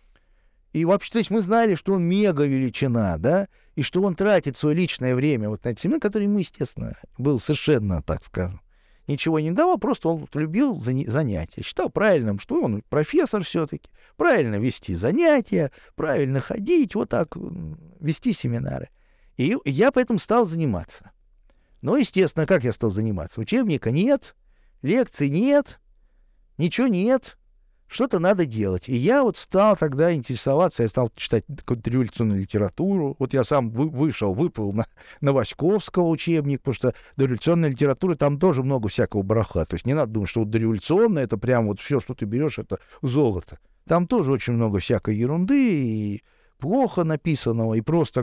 И вообще, то есть мы знали, что он мега величина, да, и что он тратит свое личное время вот на эти семинары, который ему, естественно, был совершенно, так скажем, ничего не давал, просто он любил занятия. Считал правильным, что он профессор все-таки, правильно вести занятия, правильно ходить, вот так вести семинары. И я поэтому стал заниматься. Но, естественно, как я стал заниматься? Учебника нет, лекций нет, ничего нет. Что-то надо делать. И я вот стал тогда интересоваться, я стал читать какую-то революционную литературу. Вот я сам выпал на Васьковского учебник, потому что до революционной литературы там тоже много всякого барахла. То есть не надо думать, что вот дореволюционная — это прям вот все, что ты берешь, это золото. Там тоже очень много всякой ерунды и плохо написанного, и просто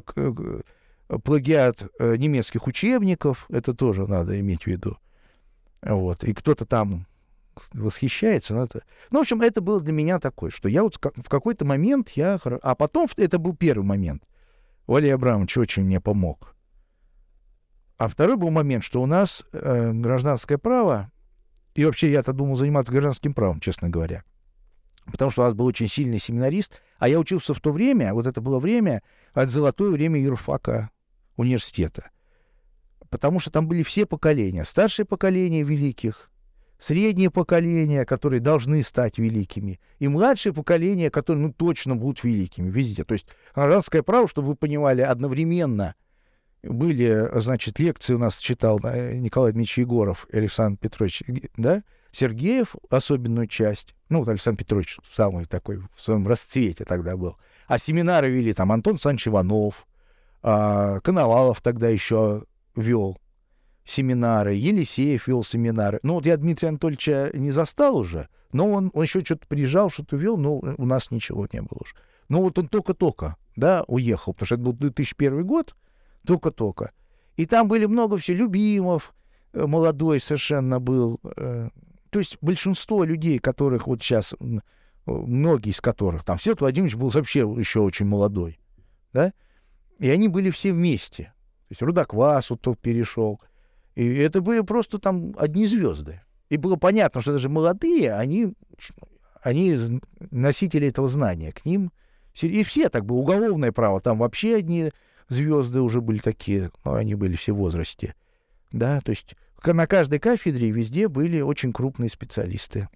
плагиат немецких учебников. Это тоже надо иметь в виду. Вот. И кто-то там восхищается. Ну, в общем, это было для меня такое, что я вот в какой-то момент А потом, это был первый момент. Валерий Абрамович очень мне помог. А второй был момент, что у нас гражданское право, и вообще я-то думал заниматься гражданским правом, честно говоря. Потому что у нас был очень сильный семинарист, а я учился в то время, вот это было время, золотое время юрфака университета. Потому что там были все поколения. Старшее поколение великих, среднее поколение, которые должны стать великими, и младшее поколение, которые, точно будут великими, видите? То есть гражданское право, чтобы вы понимали, одновременно были, значит, лекции у нас читал Николай Дмитриевич Егоров и Александр Петрович, да? Сергеев особенную часть, вот Александр Петрович самый такой в своем расцвете тогда был. А семинары вели там Антон Александрович Иванов, Коновалов тогда еще вел семинары, Елисеев вел семинары. Вот я Дмитрия Анатольевича не застал уже, но он еще что-то приезжал, что-то вел, но у нас ничего не было уже. Вот он только-только, да, уехал, потому что это был 2001 год, только-только. И там были много всего, Любимов молодой совершенно был. То есть большинство людей, которых вот сейчас, многие из которых, там Всеволод Владимирович был вообще еще очень молодой, да, и они были все вместе. То есть Рудоквас вот только перешел. И это были просто там одни звезды. И было понятно, что даже молодые, они носители этого знания. К ним... И все так было. Уголовное право, там вообще одни звезды уже были такие, они были все в возрасте. Да, то есть на каждой кафедре везде были очень крупные специалисты.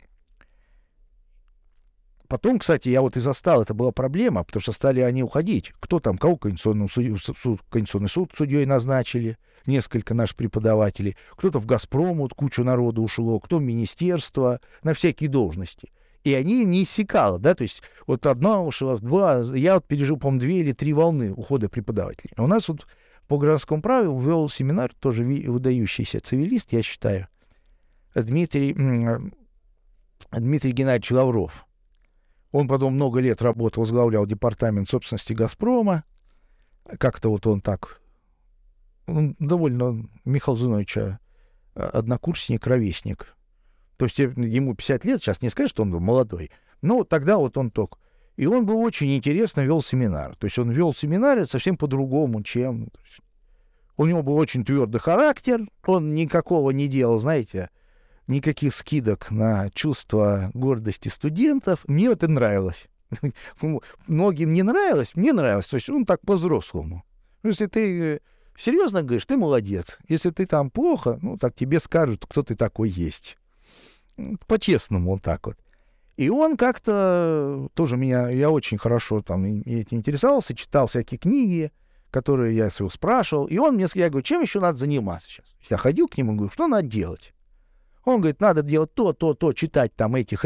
Потом, кстати, я вот и застал, это была проблема, потому что стали они уходить. Кто там, кого Конституционный суд судьей назначили, несколько наших преподавателей, кто-то в «Газпром», вот кучу народу ушло, кто в министерство, на всякие должности. И они не иссякало, да, то есть вот одна ушла, два, я вот пережил, по-моему, 2 или 3 волны ухода преподавателей. А у нас вот по гражданскому праву вел семинар тоже выдающийся цивилист, я считаю, Дмитрий Геннадьевич Лавров. Он потом много лет работал, возглавлял департамент собственности «Газпрома». Как-то вот он так... Он довольно Михаила Зиновича однокурсник, ровесник. То есть ему 50 лет, сейчас не скажешь, что он был молодой. Но тогда вот он только... И он был очень интересно, вел семинар. То есть он вел семинары совсем по-другому, чем... У него был очень твердый характер, он никакого не делал, знаете, никаких скидок на чувство гордости студентов. Мне это нравилось. Многим не нравилось, мне нравилось. То есть он так по-взрослому. Если ты серьезно говоришь, ты молодец. Если ты там плохо, ну так тебе скажут, кто ты такой есть. По-честному вот так вот. И он как-то тоже я очень хорошо там этим интересовался, читал всякие книги, которые я его спрашивал. И он мне, я говорю, чем еще надо заниматься сейчас? Я ходил к нему и говорю, что надо делать? Он говорит, надо делать то, читать там этих,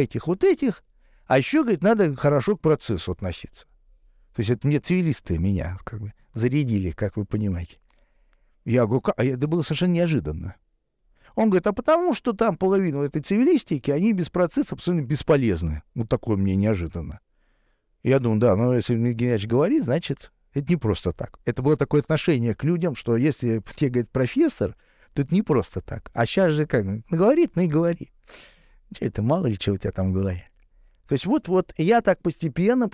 а еще, говорит, надо хорошо к процессу относиться. То есть это мне цивилисты меня как бы зарядили, как вы понимаете. Я говорю, это было совершенно неожиданно. Он говорит, а потому что там половину этой цивилистики, они без процесса абсолютно бесполезны. Вот такое мне неожиданно. Я думаю, да, но если Дмитрий Геннадьевич говорит, значит, это не просто так. Это было такое отношение к людям, что если тебе говорит профессор, то это не просто так. А сейчас же как, говорит, ну и говори. Че это, мало ли что у тебя там в голове. То есть вот я так постепенно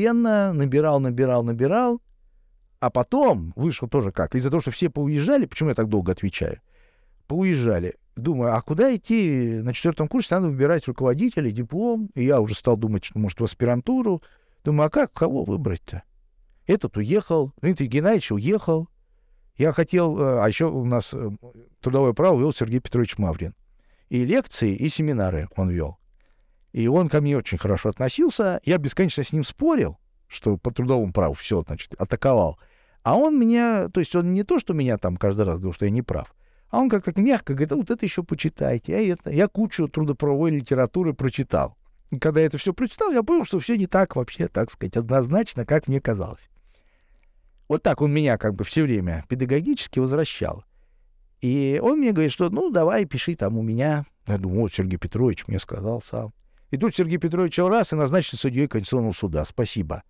набирал, а потом вышел тоже как. Из-за того, что все поуезжали, почему я так долго отвечаю? Поуезжали. Думаю, а куда идти? На 4 курсе надо выбирать руководителя, диплом. И я уже стал думать, что, может, в аспирантуру. Думаю, а кого выбрать-то? Этот уехал, Дмитрий Геннадьевич уехал. Я хотел... А еще у нас трудовое право вел Сергей Петрович Маврин. И лекции, и семинары он вел. И он ко мне очень хорошо относился. Я бесконечно с ним спорил, что по трудовому праву все, значит, атаковал. А он меня... То есть он не то, что меня там каждый раз говорил, что я не прав. А он как-то мягко говорит, вот это еще почитайте, а это... Я кучу трудоправовой литературы прочитал. И когда я это все прочитал, я понял, что все не так вообще, так сказать, однозначно, как мне казалось. Вот так он меня как бы все время педагогически возвращал. И он мне говорит, что ну давай пиши там у меня. Я думаю, вот Сергей Петрович мне сказал сам. И тут Сергей Петрович раз и назначил судьей Конституционного суда. Спасибо.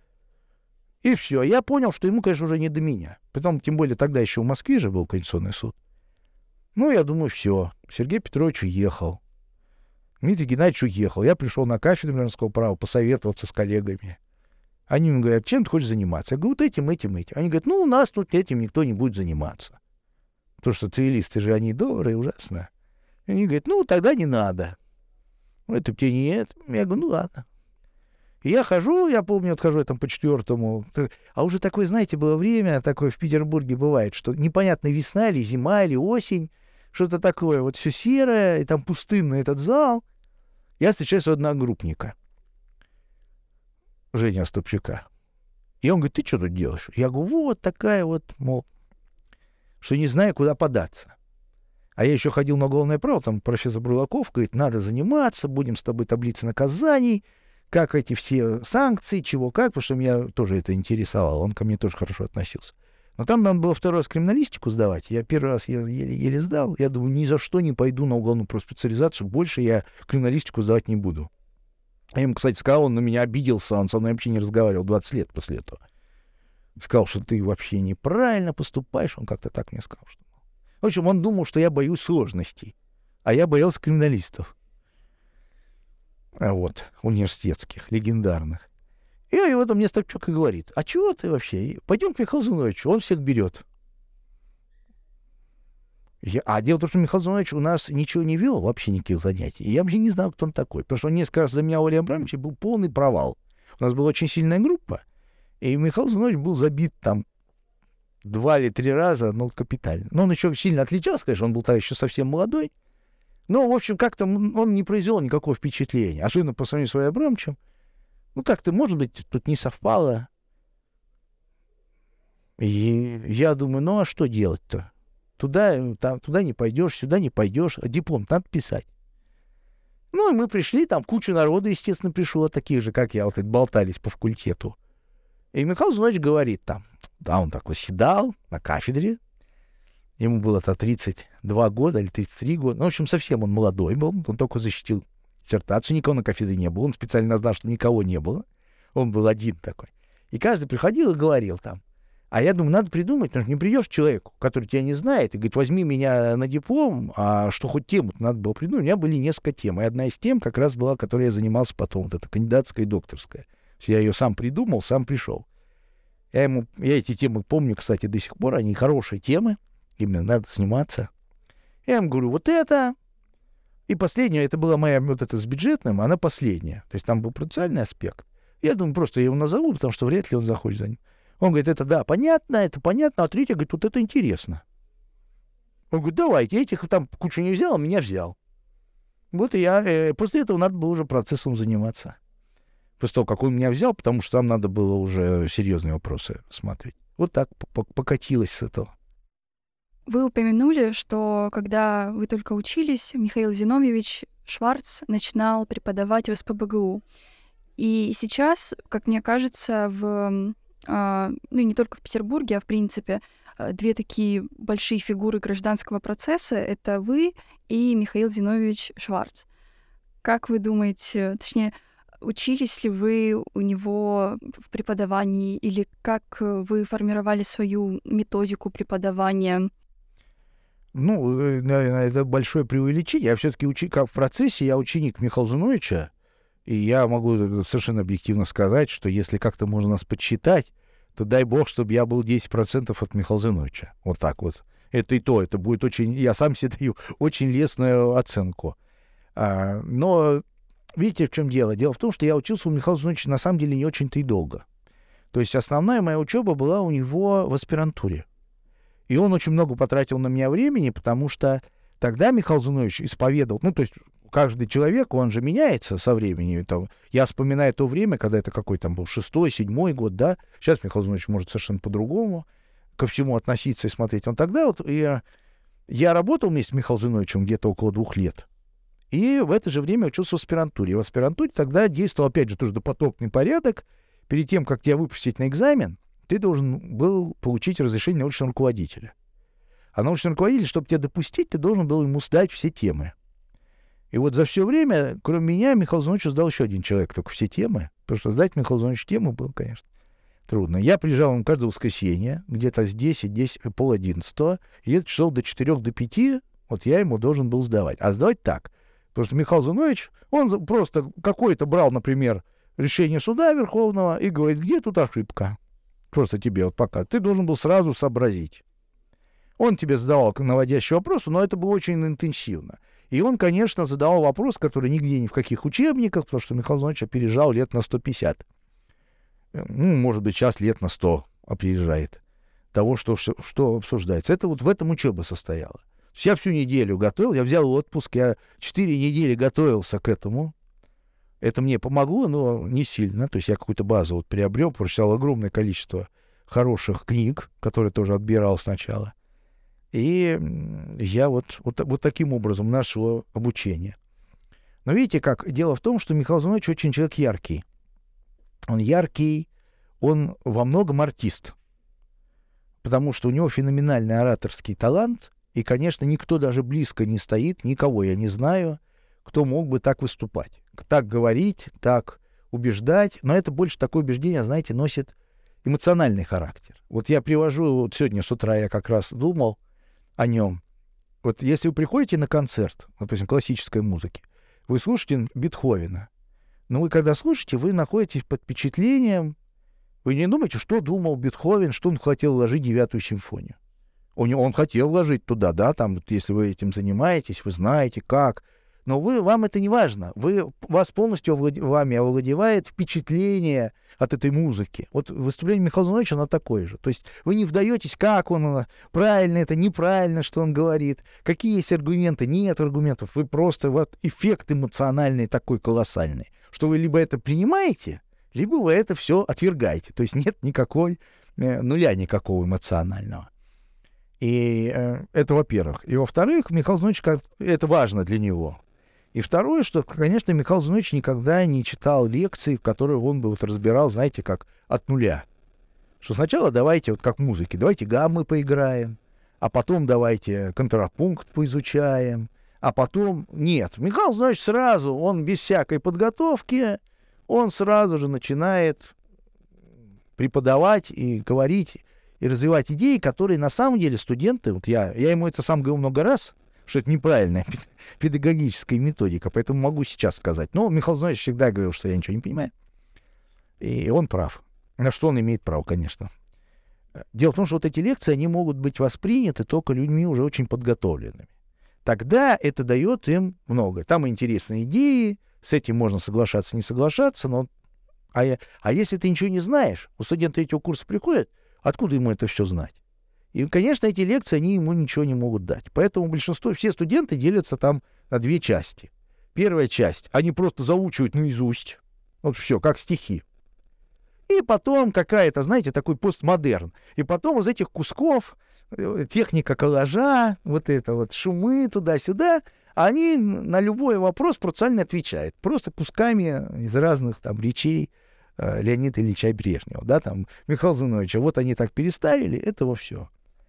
И все. Я понял, что ему, конечно, уже не до меня. Потом, тем более, тогда еще в Москве же был Конституционный суд. Ну, я думаю, все. Сергей Петрович уехал. Дмитрий Геннадьевич уехал. Я пришел на кафедру гражданского права посоветоваться с коллегами. Они мне говорят, чем ты хочешь заниматься? Я говорю, вот этим. Они говорят, ну, у нас тут этим никто не будет заниматься. Потому что цивилисты же, они добрые, ужасно. И они говорят, ну, тогда не надо. Это тебе не это. Я говорю, ну, ладно. И я хожу, я помню, отхожу там по 4-му. А уже такое, знаете, было время, такое в Петербурге бывает, что непонятно, весна или зима, или осень, что-то такое, вот все серое, и там пустынный этот зал. Я встречаюсь у одногруппника, Женя Остапчука. И он говорит, ты что тут делаешь? Я говорю, вот такая вот, мол, что не знаю, куда податься. А я еще ходил на уголовное право, там профессор Бурлаков говорит, надо заниматься, будем с тобой таблицы наказаний, как эти все санкции, чего как, потому что меня тоже это интересовало, он ко мне тоже хорошо относился. Но там надо было второй раз криминалистику сдавать, я первый раз еле сдал, я думаю, ни за что не пойду на уголовную специализацию, больше я криминалистику сдавать не буду. Я ему, кстати, сказал, он на меня обиделся, он со мной вообще не разговаривал 20 лет после этого. Сказал, что ты вообще неправильно поступаешь, он как-то так мне сказал. Что... В общем, он думал, что я боюсь сложностей, а я боялся криминалистов. Вот, университетских, легендарных. И вот мне Остапчук и говорит, а чего ты вообще? Пойдем к Михаилу Зиновичу, он всех берет. А дело в том, что Михаил Зинович у нас ничего не вел, вообще никаких занятий. И я вообще не знал, кто он такой. Потому что он несколько раз за меня, Валерий Абрамович, был полный провал. У нас была очень сильная группа, и Михаил Зинович был забит там 2 или 3 раза, ну, капитально. Но он еще сильно отличался, конечно, он был тогда еще совсем молодой. Но, в общем, как-то он не произвел никакого впечатления. Особенно по сравнению с Валерием Абрамовичем. Ну, как-то, может быть, тут не совпало. И я думаю, ну, а что делать-то? Туда не пойдешь, сюда не пойдешь, а диплом надо писать. Ну, и мы пришли, там куча народа, естественно, пришло, таких же, как я, вот болтались по факультету. И Михаил Зинович говорит там, да, он так восседал на кафедре, ему было-то 32 года или 33 года, ну, в общем, совсем он молодой был, он только защитил диссертацию, никого на кафедре не было, он специально знал, что никого не было, он был один такой. И каждый приходил и говорил там. А я думаю, надо придумать, потому что не придешь к человеку, который тебя не знает, и говорит, возьми меня на диплом, а что хоть тему-то надо было придумать. У меня были несколько тем, и одна из тем как раз была, которой я занимался потом, вот эта кандидатская и докторская. Я ее сам придумал, сам пришел. Я эти темы помню, кстати, до сих пор, они хорошие темы, именно надо сниматься. Я ему говорю, вот это, и последняя, это была моя вот эта с бюджетным, она последняя. То есть там был процессуальный аспект. Я думаю, просто я его назову, потому что вряд ли он захочет за ним. Он говорит, это да, понятно, а третья говорит, вот это интересно. Он говорит, давайте, я этих там кучу не взял, а меня взял. Вот и я, после этого надо было уже процессом заниматься. После того, как он меня взял, потому что там надо было уже серьезные вопросы смотреть. Вот так покатилось с этого. Вы упомянули, что когда вы только учились, Михаил Зиновьевич Шварц начинал преподавать в СПбГУ. И сейчас, как мне кажется, не только в Петербурге, а в принципе, две такие большие фигуры гражданского процесса — это вы и Михаил Зиновьевич Шварц. Как вы думаете, точнее, учились ли вы у него в преподавании или как вы формировали свою методику преподавания? Ну, наверное, это большое преувеличение. Я все-таки как в процессе я ученик Михаила Зиновьевича, и я могу совершенно объективно сказать, что если как-то можно нас подсчитать, то дай бог, чтобы я был 10% от Михаила Зиновьевича. Вот так вот. Это и то, это будет очень... Я сам себе даю очень лестную оценку. Но видите, в чем дело? Дело в том, что я учился у Михаила Зиновьевича на самом деле не очень-то и долго. То есть основная моя учеба была у него в аспирантуре. И он очень много потратил на меня времени, потому что тогда Михаил Зиновьевич исповедовал... Ну, то есть каждый человек, он же меняется со временем. Там, я вспоминаю то время, когда это какой там был 6-й, 7-й год, да. Сейчас Михаил Зиновьевич может совершенно по-другому ко всему относиться и смотреть. Он тогда вот... Я работал вместе с Михаилом Зиновьевичем где-то около 2 лет. И в это же время учился в аспирантуре. И в аспирантуре тогда действовал, опять же, тоже допотопный порядок. Перед тем, как тебя выпустить на экзамен, ты должен был получить разрешение научного руководителя. А научный руководитель, чтобы тебя допустить, ты должен был ему сдать все темы. И вот за все время, кроме меня, Михаил Зиновьевич сдал еще один человек только все темы. Потому что сдать Михаилу Зиновьевичу тему было, конечно, трудно. Я приезжал ему каждое воскресенье, где-то с 10-11, и это часов до 4-5, вот я ему должен был сдавать. А сдавать так. Потому что Михаил Зиновьевич, он просто какой-то брал, например, решение суда Верховного и говорит, где тут ошибка? Просто тебе вот пока. Ты должен был сразу сообразить. Он тебе задавал наводящие вопросы, но это было очень интенсивно. И он, конечно, задавал вопрос, который нигде ни в каких учебниках, потому что Михаил Зиновьевич опережал лет на 150. Ну, может быть, сейчас лет на 100 опережает того, что обсуждается. Это вот в этом учеба состояла. Я всю неделю готовил, я взял отпуск, я 4 недели готовился к этому. Это мне помогло, но не сильно. То есть я какую-то базу вот приобрел, прочитал огромное количество хороших книг, которые тоже отбирал сначала. И я вот таким образом нашел обучение. Но видите как? Дело в том, что Михаил Зиновьевич очень человек яркий. Он яркий, он во многом артист. Потому что у него феноменальный ораторский талант. И, конечно, никто даже близко не стоит, никого я не знаю, кто мог бы так выступать. Так говорить, так убеждать. Но это больше такое убеждение, знаете, носит эмоциональный характер. Вот я привожу, вот сегодня с утра я как раз думал о нем. Вот если вы приходите на концерт, допустим, классической музыки, вы слушаете Бетховена, но вы когда слушаете, вы находитесь под впечатлением, вы не думаете, что думал Бетховен, что он хотел вложить в 9-ю симфонию. Он хотел вложить туда, да, там, если вы этим занимаетесь, вы знаете, как. Но вам это не важно. Вас полностью вами овладевает впечатление от этой музыки. Вот выступление Михаила Зиновьевича, оно такое же. То есть вы не вдаетесь, как он, правильно это, неправильно, что он говорит, какие есть аргументы, нет аргументов. Вы просто вот эффект эмоциональный такой колоссальный, что вы либо это принимаете, либо вы это все отвергаете. То есть нет нуля никакого эмоционального. И это, во-первых. И, во-вторых, Михаил Зиновьевич, это важно для него. И второе, что, конечно, Михаил Зиновьевич никогда не читал лекций, в которых он бы вот разбирал, знаете, как от нуля. Что сначала давайте, вот как в музыке, давайте гаммы поиграем, а потом давайте контрапункт поизучаем, А потом нет. Михаил Зинович сразу, он без всякой подготовки, он сразу же начинает преподавать и говорить, и развивать идеи, которые на самом деле студенты, вот я ему это сам говорил много раз, что это неправильная педагогическая методика, поэтому могу сейчас сказать. Но Михаил Зинович всегда говорил, что я ничего не понимаю. И он прав. На что он имеет право, конечно. Дело в том, что вот эти лекции, они могут быть восприняты только людьми уже очень подготовленными. Тогда это дает им много. Там интересные идеи, с этим можно соглашаться, не соглашаться, но... А если ты ничего не знаешь, у студента третьего курса приходит, откуда ему это все знать? И, конечно, эти лекции, они ему ничего не могут дать. Поэтому все студенты делятся там на две части. Первая часть, они просто заучивают наизусть. Вот все, как стихи. И потом какая-то, знаете, такой постмодерн. И потом из этих кусков техника коллажа, вот это вот шумы туда-сюда, они на любой вопрос процессуально отвечают. Просто кусками из разных там речей Леонида Ильича Брежнева, да, там, Михаила Зиновича. Вот они так переставили, этого все.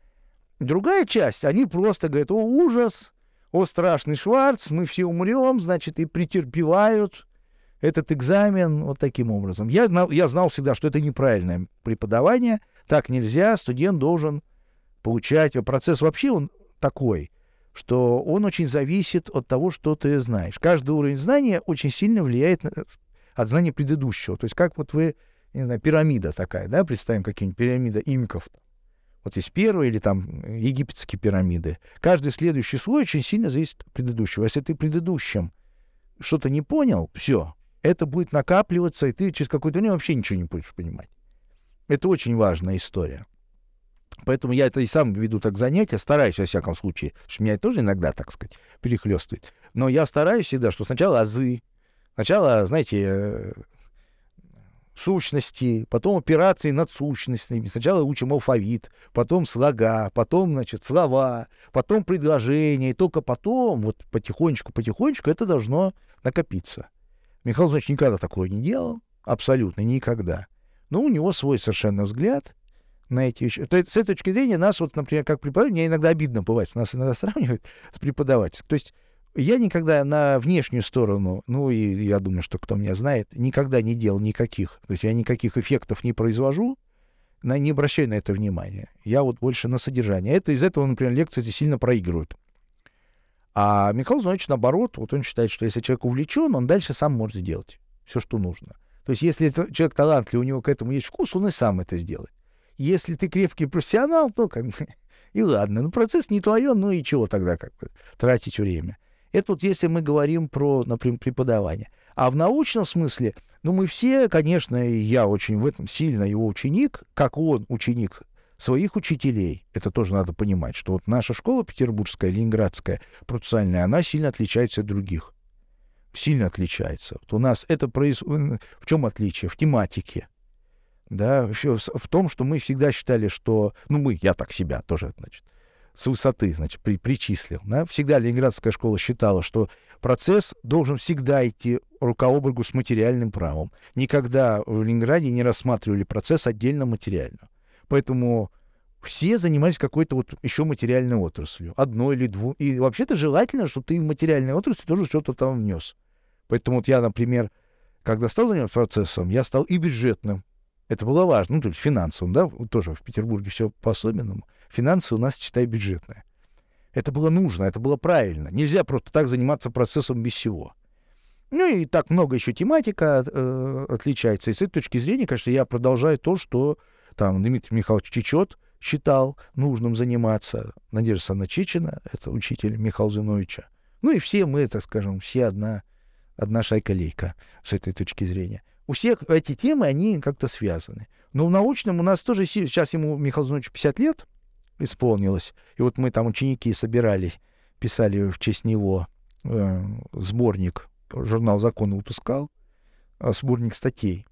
Другая часть, они просто говорят: о, ужас, о, страшный Шварц, мы все умрем, значит, и претерпевают этот экзамен вот таким образом. Я знал всегда, что это неправильное преподавание, так нельзя, студент должен получать. Процесс вообще он такой, что он очень зависит от того, что ты знаешь. Каждый уровень знания очень сильно влияет от знания предыдущего. То есть как вот вы, не знаю, пирамида такая, да, представим какие-нибудь пирамида инков. Вот есть первые или там египетские пирамиды. Каждый следующий слой очень сильно зависит от предыдущего. Если ты предыдущим что-то не понял, все, это будет накапливаться, и ты через какое-то время вообще ничего не будешь понимать. Это очень важная история. Поэтому я это и сам веду так занятия, стараюсь, во всяком случае, что меня тоже иногда, так сказать, перехлестывает. Но я стараюсь всегда, что сначала азы, сначала, знаете, сущности, потом операции над сущностями. Сначала учим алфавит, потом слога, потом, значит, слова, потом предложения. И только потом, вот потихонечку это должно накопиться. Михаил Зинович никогда такого не делал, абсолютно никогда. Но у него свой совершенно взгляд на эти вещи. То есть, с этой точки зрения нас, вот, например, как преподаватель, мне иногда обидно бывает, что нас иногда сравнивают с преподавателем. То есть я никогда на внешнюю сторону, ну и я думаю, что кто меня знает, никогда не делал никаких. То есть я никаких эффектов не произвожу, не обращаю на это внимания. Я вот больше на содержание. Из этого, например, лекции сильно проигрывают. А Михаил Зинович, наоборот, вот он считает, что если человек увлечен, он дальше сам может сделать все, что нужно. То есть если человек талантливый, у него к этому есть вкус, он и сам это сделает. Если ты крепкий профессионал, то как бы и ладно. Ну, процесс не твое, ну и чего тогда как бы тратить время. Это вот если мы говорим про, например, преподавание. А в научном смысле, ну, мы все, конечно, и я очень в этом сильно его ученик, как он ученик своих учителей. Это тоже надо понимать, что вот наша школа петербургская, ленинградская, процессуальная, она сильно отличается от других. Сильно отличается. Вот у нас это в чем отличие? В тематике. Да, в том, что мы всегда считали, что... Ну, я так себя тоже, значит, с высоты, значит, причислил. Да? Всегда ленинградская школа считала, что процесс должен всегда идти рука об руку с материальным правом. Никогда в Ленинграде не рассматривали процесс отдельно материально. Поэтому все занимались какой-то вот еще материальной отраслью. Одной или двух. И вообще-то желательно, чтобы ты в материальной отрасли тоже что-то там внес. Поэтому вот я, например, когда стал заниматься процессом, я стал и бюджетным. Это было важно. Ну, то есть финансовым, да, вот тоже в Петербурге все по-особенному. Финансы у нас, считай, бюджетные. Это было нужно, это было правильно. Нельзя просто так заниматься процессом без всего. Ну и так много еще тематика отличается. И с этой точки зрения, конечно, я продолжаю то, что там Дмитрий Михайлович Чечет считал нужным заниматься. Надежда Александровна Чечина, это учитель Михаила Зиновича. Ну и все мы, так скажем, все одна шайка-лейка с этой точки зрения. У всех эти темы, они как-то связаны. Но в научном у нас тоже... Сейчас ему, Михаилу Зиновичу, 50 лет исполнилось. И вот мы там, ученики, собирались, писали в честь него сборник, журнал «Закон» выпускал, сборник статей.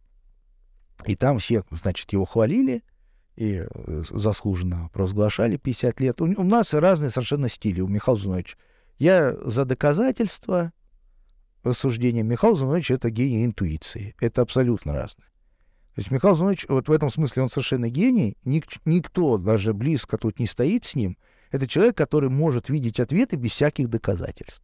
И там все, значит, его хвалили и заслуженно провозглашали 50 лет. У нас разные совершенно стили у Михаила Зиновича. Я за доказательства рассуждения. Михаил Зинович — это гений интуиции. Это абсолютно разное. То есть Михаил Зинович, вот в этом смысле он совершенно гений. Никто даже близко тут не стоит с ним. Это человек, который может видеть ответы без всяких доказательств.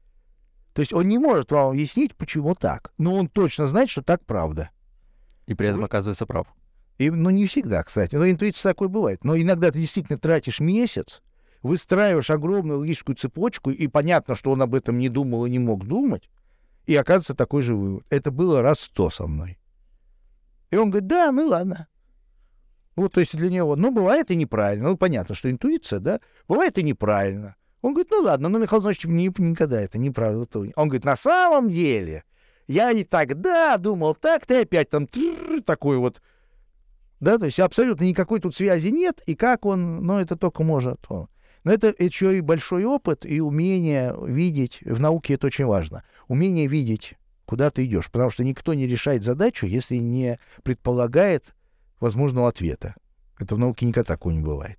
То есть он не может вам объяснить, почему так, но он точно знает, что так правда. И при этом оказывается прав. Ну, не всегда, кстати. Но интуиция такой бывает. Но иногда ты действительно тратишь месяц, выстраиваешь огромную логическую цепочку, и понятно, что он об этом не думал и не мог думать, и оказывается такой же вывод. Это было раз 100 со мной. И он говорит, да, ну ладно. Вот, то есть для него, ну, бывает и неправильно. Ну, понятно, что интуиция, да, бывает и неправильно. Он говорит, ну ладно, но Михаил Владимирович, никогда это неправда. Он говорит, на самом деле, я и тогда думал так, ты опять там такой вот, да, то есть абсолютно никакой тут связи нет, и как он, ну, это только может он. Но это еще и большой опыт, и умение видеть, в науке это очень важно, умение видеть, куда ты идешь, потому что никто не решает задачу, если не предполагает возможного ответа. Это в науке никогда такого не бывает.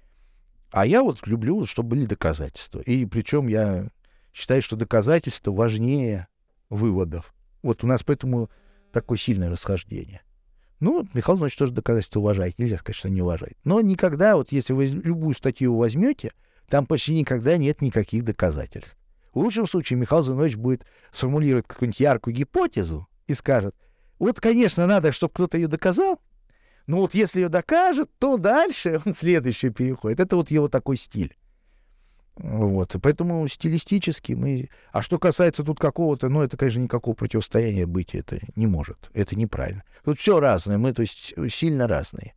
А я вот люблю, чтобы были доказательства. И причем я считаю, что доказательства важнее выводов. Вот у нас поэтому такое сильное расхождение. Ну, Михаил Владимирович тоже доказательства уважает. Нельзя сказать, что не уважает. Но никогда, вот если вы любую статью возьмете, там почти никогда нет никаких доказательств. В лучшем случае Михаил Владимирович будет сформулировать какую-нибудь яркую гипотезу и скажет, вот, конечно, надо, чтобы кто-то ее доказал, но вот если ее докажет, то дальше он следующий переходит. Это вот его такой стиль. Вот. И поэтому стилистически мы... А что касается тут какого-то, ну, это, конечно, никакого противостояния быть это не может. Это неправильно. Тут все разное. Мы, то есть, сильно разные.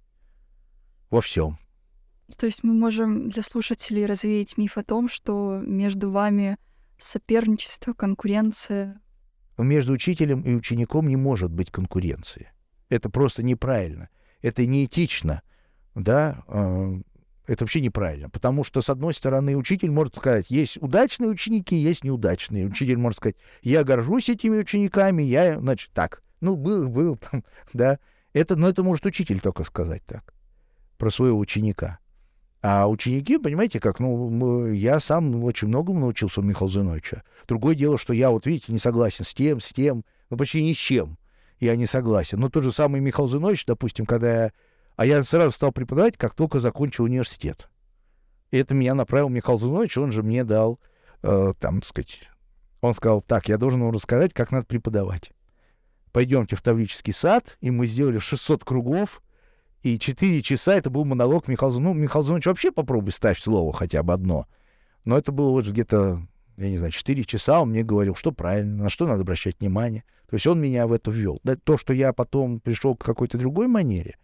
Во всем. То есть мы можем для слушателей развеять миф о том, что между вами соперничество, конкуренция. Между учителем и учеником не может быть конкуренции. Это просто неправильно. Это неэтично, да, это вообще неправильно, потому что, с одной стороны, учитель может сказать, есть удачные ученики, есть неудачные. Учитель может сказать, я горжусь этими учениками, я, значит, так, ну, был, там, да, это может учитель только сказать так, про своего ученика. А ученики, понимаете, как, ну, я сам очень многому научился у Михаила Зиновича. Другое дело, что я, вот видите, не согласен с тем, ну, почти ни с чем. Я не согласен. Но тот же самый Михаил Зинович, допустим, когда я сразу стал преподавать, как только закончил университет. И это меня направил Михаил Зинович, он же мне дал, там, так сказать, он сказал, так, я должен вам рассказать, как надо преподавать. Пойдемте в Таврический сад, и мы сделали 600 кругов, и 4 часа это был монолог Михаила Зиновича. Ну, Михаил Зинович вообще попробуй ставь слово хотя бы одно. Но это было вот где-то, я не знаю, 4 часа он мне говорил, что правильно, на что надо обращать внимание. То есть он меня в это ввел. Да, то, что я потом пришел к какой-то другой манере,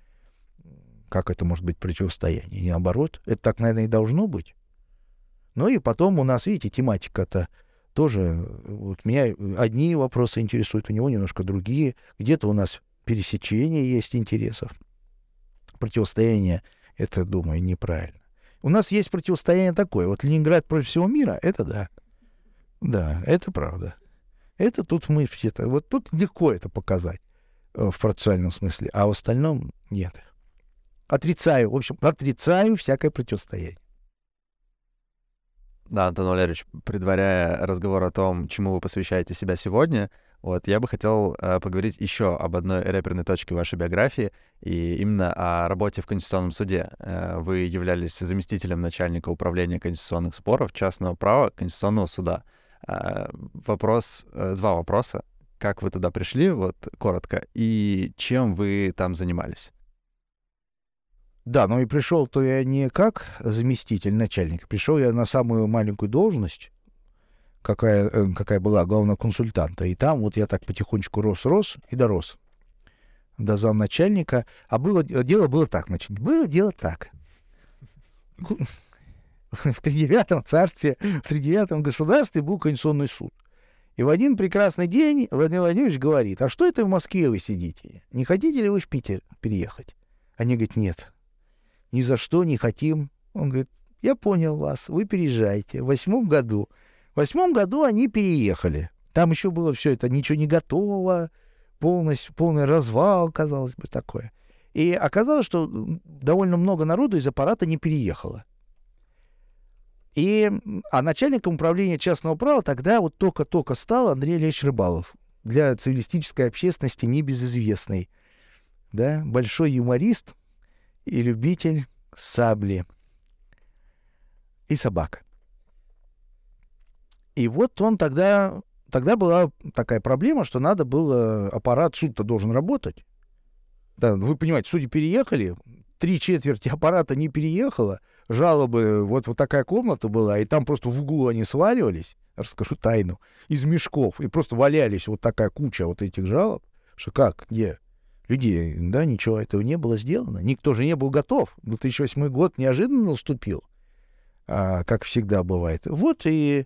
как это может быть противостояние? И наоборот, это так, наверное, и должно быть. Ну и потом у нас, видите, тематика-то тоже... Вот меня одни вопросы интересуют, у него немножко другие. Где-то у нас пересечение есть интересов. Противостояние, это, думаю, неправильно. У нас есть противостояние такое. Вот Ленинград против всего мира, это да. Да, это правда. Это тут мы все-то... Вот тут легко это показать в процессуальном смысле, а в остальном нет. Отрицаю, в общем, отрицаю всякое противостояние. Да, Антон Валерьевич, предваряя разговор о том, чему вы посвящаете себя сегодня, вот я бы хотел поговорить еще об одной реперной точке вашей биографии, и именно о работе в Конституционном суде. Вы являлись заместителем начальника управления конституционных споров частного права Конституционного суда. Два вопроса. Как вы туда пришли, вот коротко, и чем вы там занимались? Да, но и пришел-то я не как заместитель начальника, пришел я на самую маленькую должность, какая была, главного консультанта. И там вот я так потихонечку рос и дорос до замначальника. А дело было так, значит, было дело так. В тридевятом царстве, в тридевятом государстве был Конституционный суд. И в один прекрасный день Владимир Владимирович говорит, а что это в Москве вы сидите? Не хотите ли вы в Питер переехать? Они говорят, нет, ни за что не хотим. Он говорит, я понял вас, вы переезжаете. В 8 году они переехали. Там еще было все это, ничего не готово, полный развал, казалось бы, такое. И оказалось, что довольно много народу из аппарата не переехало. А начальником управления частного права тогда вот только-только стал Андрей Ильич Рыбалов. Для цивилистической общественности небезызвестный. Да? Большой юморист и любитель сабли. и собака. И вот он тогда была такая проблема, что надо было, аппарат, суд-то должен работать. Да, вы понимаете, судьи переехали, 3/4 аппарата не переехало, жалобы, вот такая комната была, и там просто в углу они сваливались, расскажу тайну, из мешков, и просто валялись вот такая куча вот этих жалоб, что как, где? Людей, да, ничего этого не было сделано, никто же не был готов. 2008 год неожиданно наступил, как всегда бывает. Вот и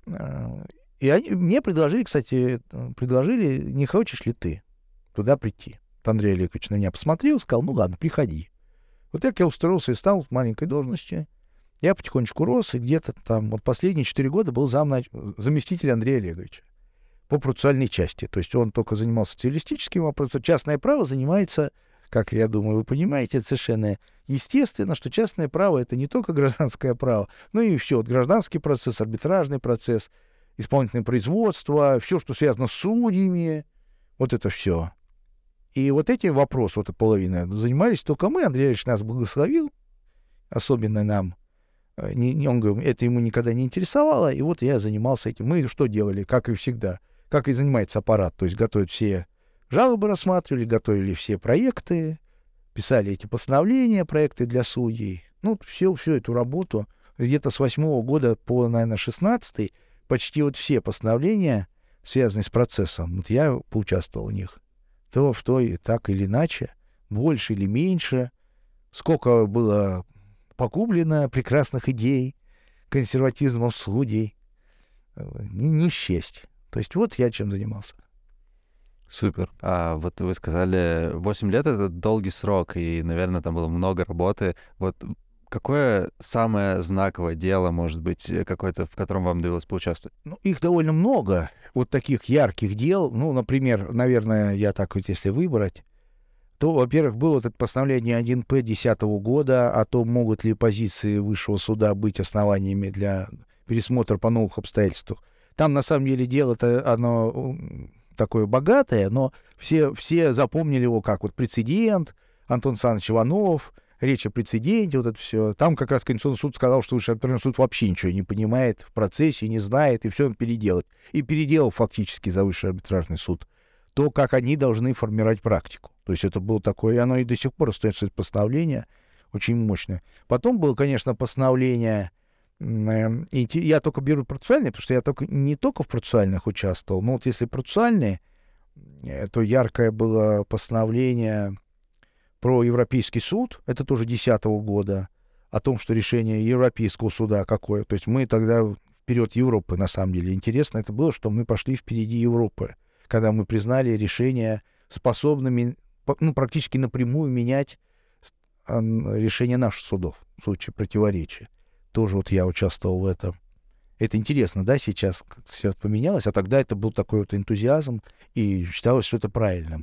мне предложили, кстати, не хочешь ли ты туда прийти? Андрей Олегович на меня посмотрел, сказал, ну ладно, приходи. Вот так я устроился и стал в маленькой должности. Я потихонечку рос, и где-то там вот последние 4 года был заместитель Андрея Олеговича по процессуальной части. То есть он только занимался цивилистическим вопросом. Частное право занимается, как я думаю, вы понимаете, это совершенно естественно, что частное право — это не только гражданское право, но и все. Вот гражданский процесс, арбитражный процесс, исполнительное производство, все, что связано с судьями, вот это все. И вот этим вопросом, вот половина, занимались только мы. Андрей Ильич нас благословил, особенно нам. Он говорит, это ему никогда не интересовало, и вот я занимался этим. Мы что делали, как и всегда, как и занимается аппарат, то есть готовят все жалобы, рассматривали, готовили все проекты, писали эти постановления, проекты для судей. Ну, всю эту работу где-то с 8 года по, наверное, 16 почти вот все постановления, связанные с процессом, вот я поучаствовал в них. То в той, так или иначе, больше или меньше, сколько было погублено прекрасных идей, консерватизмом судей, не счесть. То есть вот я чем занимался. Супер. А вот вы сказали, 8 лет — это долгий срок, и, наверное, там было много работы. Вот какое самое знаковое дело, может быть, какое-то, в котором вам довелось поучаствовать? Ну, их довольно много, вот таких ярких дел. Ну, например, наверное, я так вот, если выбрать, то, во-первых, было это постановление 1П 2010 года о том, могут ли позиции высшего суда быть основаниями для пересмотра по новых обстоятельствах. Там, на самом деле, дело-то, оно такое богатое, но все запомнили его как вот прецедент, Антон Александрович Иванов, речь о прецеденте, вот это все. Там как раз Конституционный суд сказал, что высший арбитражный суд вообще ничего не понимает в процессе, не знает, и все он переделать. И переделал фактически за высший арбитражный суд то, как они должны формировать практику. То есть это было такое, и оно и до сих пор остается, это постановление очень мощное. Потом было, конечно, постановление, и я только беру процессуальные, потому что я не только в процессуальных участвовал, но вот если процессуальные, то яркое было постановление про Европейский суд, это тоже 2010 года, о том, что решение Европейского суда какое. То есть мы тогда вперед Европы, на самом деле. Интересно это было, что мы пошли впереди Европы, когда мы признали решения способными, ну, практически напрямую менять решения наших судов в случае противоречия. Тоже вот я участвовал в этом. Это интересно, да, сейчас все поменялось, а тогда это был такой вот энтузиазм, и считалось, что это правильным.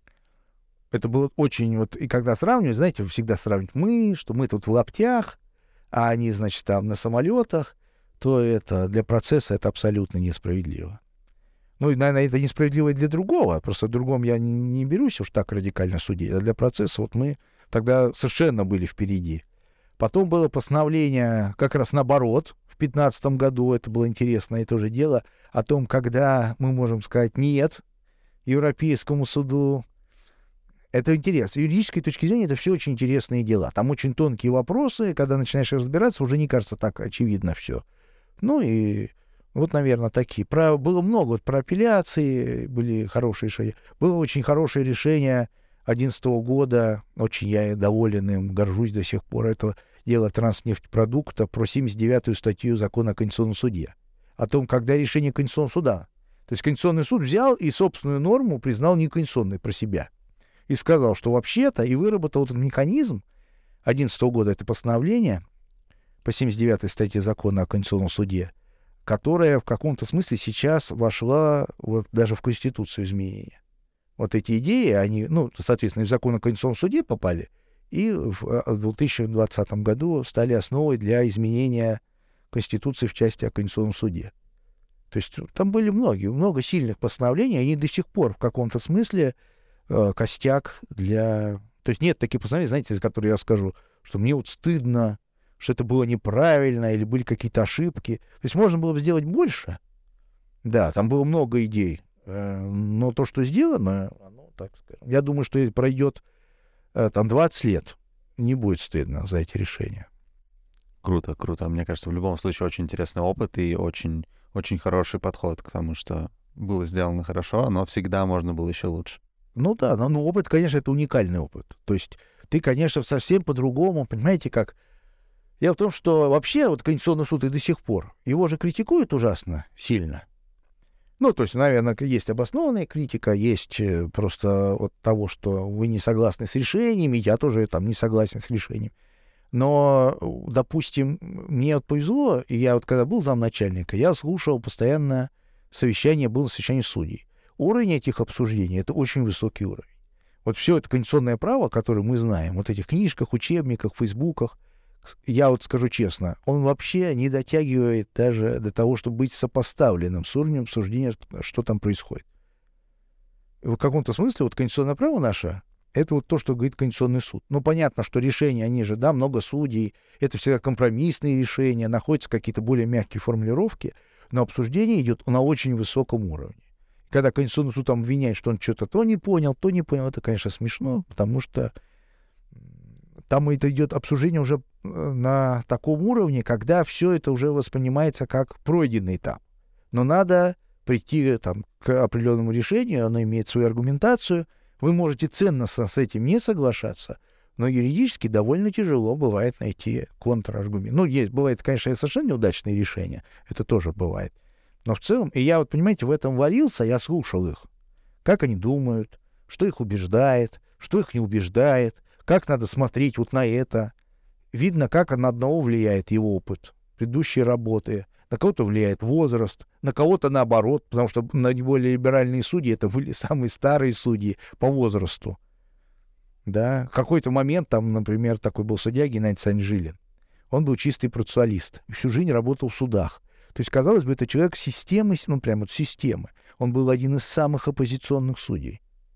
Это было очень вот, и когда сравнивать, знаете, всегда сравнивать что мы тут в лаптях, а они, значит, там на самолетах, то это для процесса это абсолютно несправедливо. Ну, и, наверное, это несправедливо и для другого, просто в другом я не берусь уж так радикально судить, а для процесса вот мы тогда совершенно были впереди. Потом было постановление как раз наоборот, в 2015 году, это было интересное тоже дело, о том, когда мы можем сказать «нет» Европейскому суду. Это интересно. С юридической точки зрения это все очень интересные дела. Там очень тонкие вопросы, когда начинаешь разбираться, уже не кажется так очевидно все. Ну и вот, наверное, такие. Было много вот про апелляции, были хорошие решения. Было очень хорошее решение 2011 года, очень я доволен им, горжусь до сих пор, это дело Транснефтепродукта про 79-ю статью Закона о Конституционном суде. О том, когда решение Конституционного суда. То есть Конституционный суд взял и собственную норму признал неконституционной про себя. И сказал, что вообще-то, и выработал этот механизм 2011 года, это постановление по 79-й статье Закона о Конституционном суде, которая в каком-то смысле сейчас вошла вот даже в Конституцию изменения. Вот эти идеи, они, ну, соответственно, в Закон о Конституционном суде попали, и в 2020 году стали основой для изменения Конституции в части о Конституционном суде. То есть там были много сильных постановлений, они до сих пор в каком-то смысле костяк для... То есть нет таких постановлений, знаете, за которые я скажу, что мне вот стыдно, что это было неправильно или были какие-то ошибки. То есть можно было бы сделать больше. Да, там было много идей. Но то, что сделано, оно, так скажем, я думаю, что пройдет там 20 лет, не будет стыдно за эти решения. Круто, круто. Мне кажется, в любом случае очень интересный опыт и очень, очень хороший подход к тому, что было сделано хорошо, но всегда можно было еще лучше. Ну да, но опыт, конечно, это уникальный опыт. То есть ты, конечно, совсем по-другому, понимаете, как... Дело в том, что вообще вот Конституционный суд и до сих пор, его же критикуют ужасно сильно. Ну, то есть, наверное, есть обоснованная критика, есть просто от того, что вы не согласны с решениями, я тоже там не согласен с решением. Но, допустим, мне вот повезло, и я вот когда был замначальника, я слушал постоянно совещание, было совещание судей. Уровень этих обсуждений — это очень высокий уровень. Вот все это конституционное право, которое мы знаем, вот в этих книжках, учебниках, фейсбуках, я вот скажу честно, он вообще не дотягивает даже до того, чтобы быть сопоставленным с уровнем обсуждения, что там происходит. И в каком-то смысле вот конституционное право наше — это вот то, что говорит Конституционный суд. Ну, понятно, что решения, они же, да, много судей, это всегда компромиссные решения, находятся какие-то более мягкие формулировки, но обсуждение идет на очень высоком уровне. Когда Конституционный суд там обвиняет, что он что-то то не понял, это, конечно, смешно, потому что там это идет обсуждение уже на таком уровне, когда все это уже воспринимается как пройденный этап. Но надо прийти там, к определенному решению, оно имеет свою аргументацию. Вы можете ценностно с этим не соглашаться, но юридически довольно тяжело бывает найти контраргумент. Ну, бывает, конечно, совершенно неудачные решения, это тоже бывает. Но в целом, и я вот, понимаете, в этом варился, я слушал их. Как они думают, что их убеждает, что их не убеждает, как надо смотреть вот на это. Видно, как на одного влияет его опыт, предыдущие работы, на кого-то влияет возраст, на кого-то наоборот, потому что наиболее либеральные судьи — это были самые старые судьи по возрасту. Да, в какой-то момент там, например, такой был судья Геннадий Александрович Жилин. Он был чистый процессуалист, всю жизнь работал в судах. То есть, казалось бы, это человек системы, ну, прям вот системы. Он был один из самых оппозиционных судей.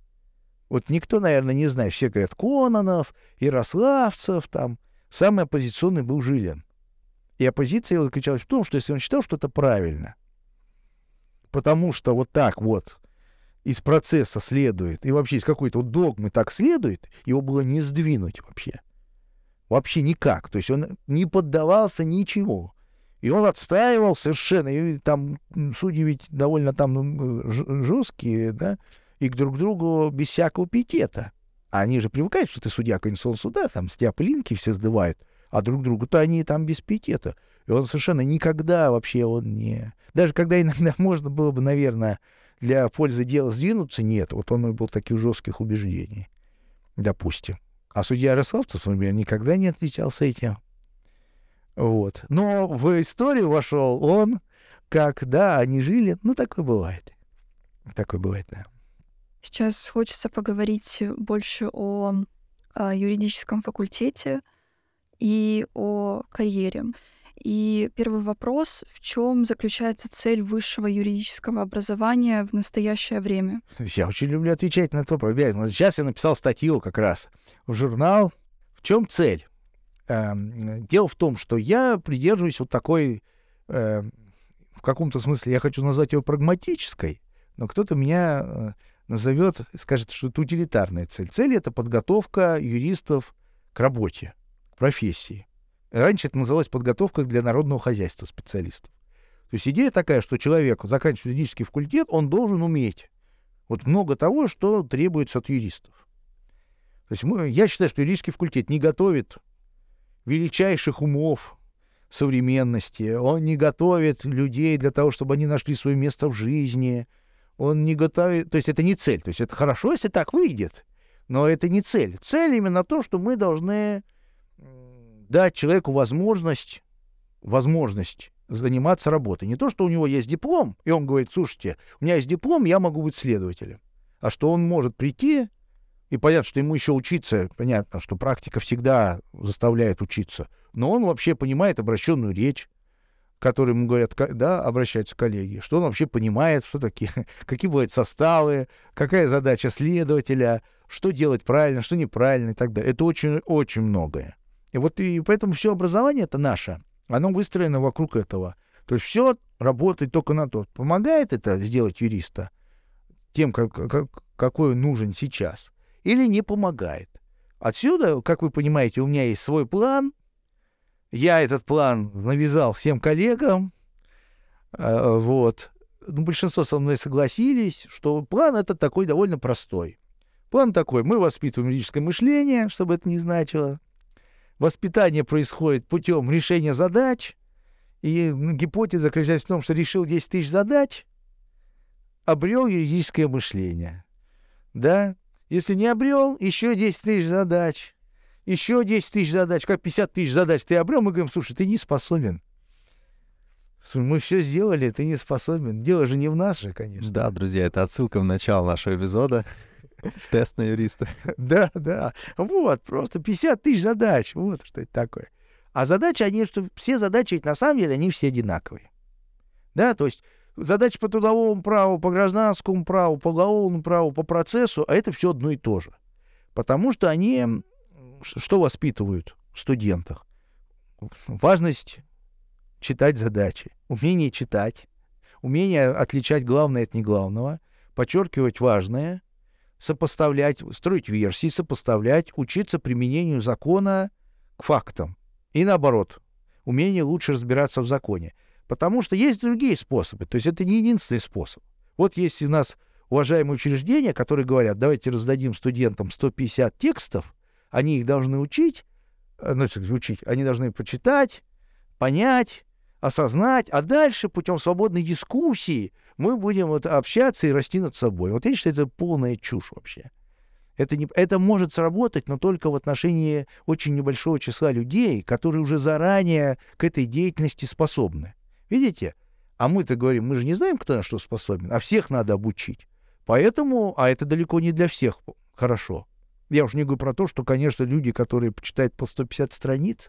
Вот никто, наверное, не знает. Все говорят, Кононов, Ярославцев, там. Самый оппозиционный был Жилин. И оппозиция его заключалась в том, что если он считал, что это правильно, потому что вот так вот из процесса следует, и вообще из какой-то вот догмы так следует, его было не сдвинуть вообще. Вообще никак. То есть он не поддавался ничему. И он отстаивал совершенно. И там судьи ведь довольно там жесткие, да, и друг к другу без всякого пиетета. А они же привыкают, что ты судья Конституционного суда, там с тебя пылинки все сдувают, а друг другу-то они там без пиетета. И он совершенно никогда вообще он не... Даже когда иногда можно было бы, наверное, для пользы дела сдвинуться, нет. Вот он был таких жестких убеждений, допустим. А судья Ярославцев, например, никогда не отличался этим. Вот. Но в историю вошел он, как, да, они жили. Ну, такое бывает. Такое бывает, да. Сейчас хочется поговорить больше о юридическом факультете и о карьере. И первый вопрос: в чем заключается цель высшего юридического образования в настоящее время? Я очень люблю отвечать на этот вопрос. Сейчас я написал статью как раз в журнал. В чем цель? Дело в том, что я придерживаюсь вот такой, в каком-то смысле, я хочу назвать его прагматической, но кто-то меня назовет, скажет, что это утилитарная цель. Цель — это подготовка юристов к работе, к профессии. Раньше это называлось подготовка для народного хозяйства специалистов. То есть идея такая, что человек, заканчивая юридический факультет, он должен уметь вот много того, что требуется от юристов. То есть я считаю, что юридический факультет не готовит величайших умов современности, он не готовит людей для того, чтобы они нашли свое место в жизни, он не готовит... То есть это не цель. То есть это хорошо, если так выйдет, но это не цель. Цель именно то, что мы должны дать человеку возможность заниматься работой. Не то, что у него есть диплом, и он говорит: слушайте, у меня есть диплом, я могу быть следователем. А что он может прийти, и понятно, что ему еще учиться, понятно, что практика всегда заставляет учиться, но он вообще понимает обращенную речь, которой ему говорят, да, обращаются коллеги, что он вообще понимает, что такие, какие бывают составы, какая задача следователя, что делать правильно, что неправильно и так далее. Это очень-очень многое. И поэтому все образование это наше, оно выстроено вокруг этого. То есть все работает только на то. Помогает это сделать юриста тем, какой он нужен сейчас, или не помогает. Отсюда, как вы понимаете, у меня есть свой план. Я этот план навязал всем коллегам. Вот. Большинство со мной согласились, что план это такой довольно простой. План такой: мы воспитываем юридическое мышление, чтобы это не значило. Воспитание происходит путем решения задач. И гипотеза заключается в том, что решил 10 тысяч задач, обрел юридическое мышление. Да? Если не обрел, еще 10 тысяч задач. Еще 10 тысяч задач. Как 50 тысяч задач ты обрел, мы говорим: слушай, ты не способен. Мы все сделали, ты не способен. Дело же не в нас же, конечно. Да, друзья, это отсылка в начало нашего эпизода. Тест на юриста. Да, да. Вот, просто 50 тысяч задач. Вот что это такое. А задачи, что все задачи, на самом деле, они все одинаковые. Да, то есть задачи по трудовому праву, по гражданскому праву, по уголовному праву, по процессу, а это все одно и то же. Потому что они что воспитывают в студентах? Важность читать задачи, умение читать, умение отличать главное от неглавного, подчеркивать важное, сопоставлять, строить версии, сопоставлять, учиться применению закона к фактам. И наоборот, умение лучше разбираться в законе. Потому что есть другие способы, то есть это не единственный способ. Вот есть у нас уважаемые учреждения, которые говорят: давайте раздадим студентам 150 текстов, они их должны учить, они должны почитать, понять, осознать, а дальше путем свободной дискуссии мы будем общаться и расти над собой. Вот я считаю, это полная чушь вообще. Это может сработать, но только в отношении очень небольшого числа людей, которые уже заранее к этой деятельности способны. Видите? А мы-то говорим, мы же не знаем, кто на что способен, а всех надо обучить. Поэтому, а это далеко не для всех хорошо. Я уже не говорю про то, что, конечно, люди, которые почитают по 150 страниц,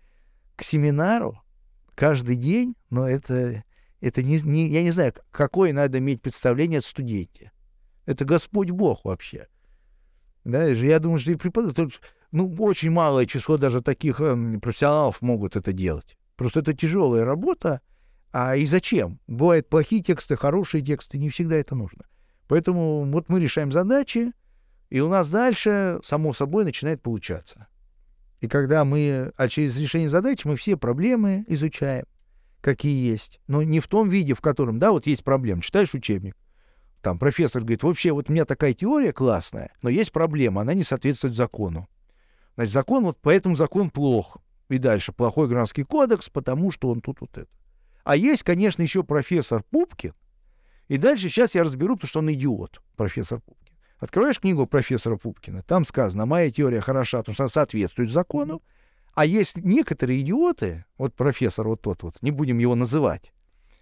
к семинару каждый день, но это не, я не знаю, какое надо иметь представление о студенте. Это Господь Бог вообще. Да, я думаю, что и преподаватели, очень малое число даже таких профессионалов могут это делать. Просто это тяжелая работа. И зачем? Бывают плохие тексты, хорошие тексты, не всегда это нужно. Поэтому вот мы решаем задачи, и у нас дальше, само собой, начинает получаться. И когда через решение задач мы все проблемы изучаем, какие есть, но не в том виде, в котором, да, вот есть проблема, читаешь учебник, там профессор говорит: вообще, вот у меня такая теория классная, но есть проблема, она не соответствует закону. Значит, поэтому закон плох. И дальше плохой гражданский кодекс, потому что он тут вот это. А есть, конечно, еще профессор Пупкин, и дальше сейчас я разберу, потому что он идиот, профессор Пупкин. Открываешь книгу профессора Пупкина, там сказано: моя теория хороша, потому что она соответствует закону, а есть некоторые идиоты, вот профессор вот тот вот, не будем его называть,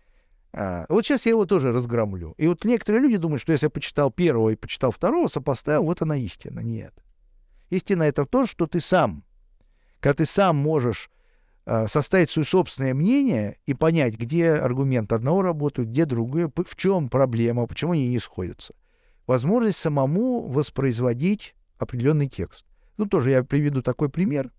вот сейчас я его тоже разгромлю. И вот некоторые люди думают, что если я почитал первого и почитал второго, сопоставил, вот она истина. Нет. Истина — это то, что ты сам, когда ты сам можешь составить свое собственное мнение и понять, где аргумент одного работает, где другое, в чем проблема, почему они не сходятся. Возможность самому воспроизводить определенный текст. Тоже я приведу такой пример.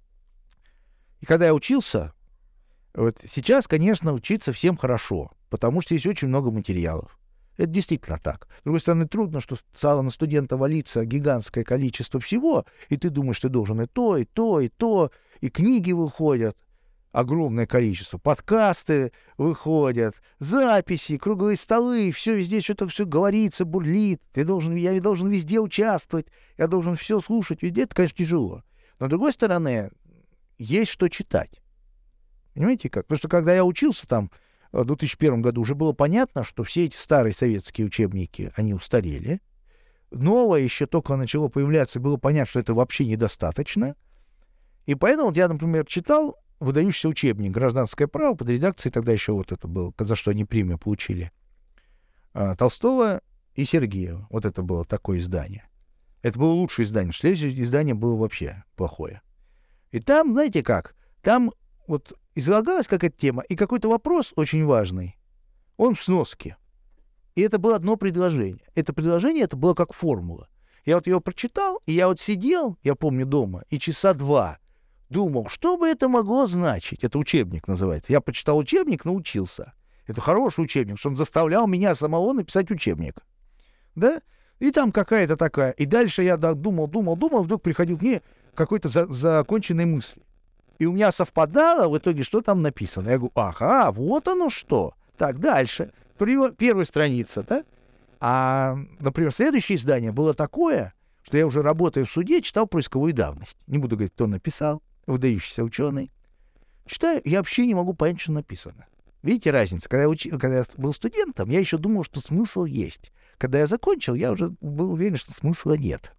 И когда я учился, вот сейчас, конечно, учиться всем хорошо, потому что есть очень много материалов. Это действительно так. С другой стороны, трудно, что стало на студента валиться гигантское количество всего, и ты думаешь, ты должен и то, и то, и то, и книги выходят, огромное количество, подкасты выходят, записи, круглые столы, все везде что-то все говорится, бурлит, я должен везде участвовать, я должен все слушать, везде. Это, конечно, тяжело. Но, с другой стороны, есть что читать. Понимаете как? Потому что когда я учился там в 2001 году, уже было понятно, что все эти старые советские учебники, они устарели. Новое еще только начало появляться, было понятно, что это вообще недостаточно. И поэтому вот я, например, читал выдающийся учебник «Гражданское право» под редакцией, тогда еще вот это было, за что они премию получили, Толстого и Сергеева. Вот это было такое издание. Это было лучшее издание. Следующее издание было вообще плохое. И там, знаете как, там вот излагалась какая-то тема, и какой-то вопрос очень важный, он в сноске. И это было одно предложение. Это предложение, это было как формула. Я вот его прочитал, и я вот сидел, я помню, дома, и часа 2 думал, что бы это могло значить. Это учебник называется. Я почитал учебник, научился. Это хороший учебник, что он заставлял меня самого написать учебник. Да? И там какая-то такая. И дальше я думал, вдруг приходил к ней какой-то законченной мысли. И у меня совпадало в итоге, что там написано. Я говорю, ага, вот оно что. Так, дальше. Первая страница, да? А, например, следующее издание было такое, что я уже, работая в суде, читал про исковую давность. Не буду говорить, кто написал, выдающийся ученый. Читаю, я вообще не могу понять, что написано. Видите разницу? Когда я был студентом, я еще думал, что смысл есть. Когда я закончил, я уже был уверен, что смысла нет.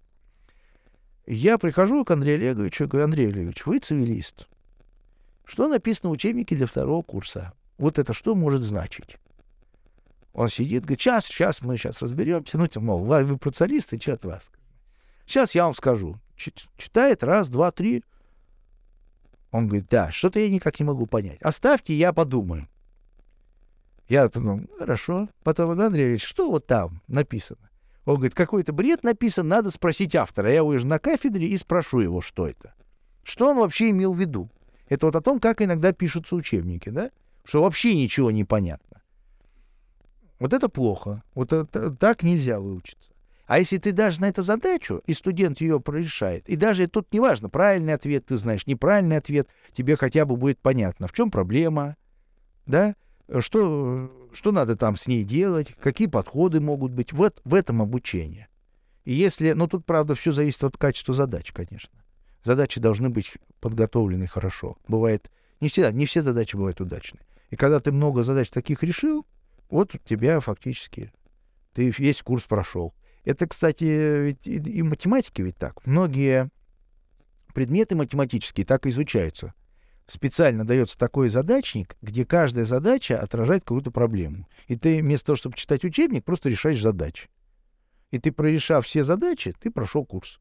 Я прихожу к Андрею Олеговичу и говорю, Андрей Олегович, вы цивилист. Что написано в учебнике для 2-го курса? Вот это что может значить? Он сидит, говорит, сейчас мы разберемся. Ну, мол, вы процессуалисты, что от вас? Сейчас я вам скажу. Читает, 1, 2, 3. Он говорит, да, что-то я никак не могу понять. Оставьте, я подумаю. Я подумал, хорошо. Потом, Андрей Ильич, что вот там написано? Он говорит, какой-то бред написан, надо спросить автора. Я уже на кафедре и спрошу его, что это. Что он вообще имел в виду? Это вот о том, как иногда пишутся учебники, да? Что вообще ничего не понятно. Вот это плохо. Вот это, так нельзя выучиться. А если ты дашь на это задачу, и студент ее прорешает, и даже тут неважно, правильный ответ ты знаешь, неправильный ответ, тебе хотя бы будет понятно, в чем проблема, да? Что надо там с ней делать, какие подходы могут быть. Вот в этом обучение. И если... Ну, тут, правда, все зависит от качества задач, конечно. Задачи должны быть подготовлены хорошо. Бывает... Не все задачи бывают удачные. И когда ты много задач таких решил, вот у тебя фактически... Ты весь курс прошел. Это, кстати, ведь и в математике ведь так. Многие предметы математические так изучаются. Специально дается такой задачник, где каждая задача отражает какую-то проблему. И ты вместо того, чтобы читать учебник, просто решаешь задачи. И ты, прорешав все задачи, ты прошел курс.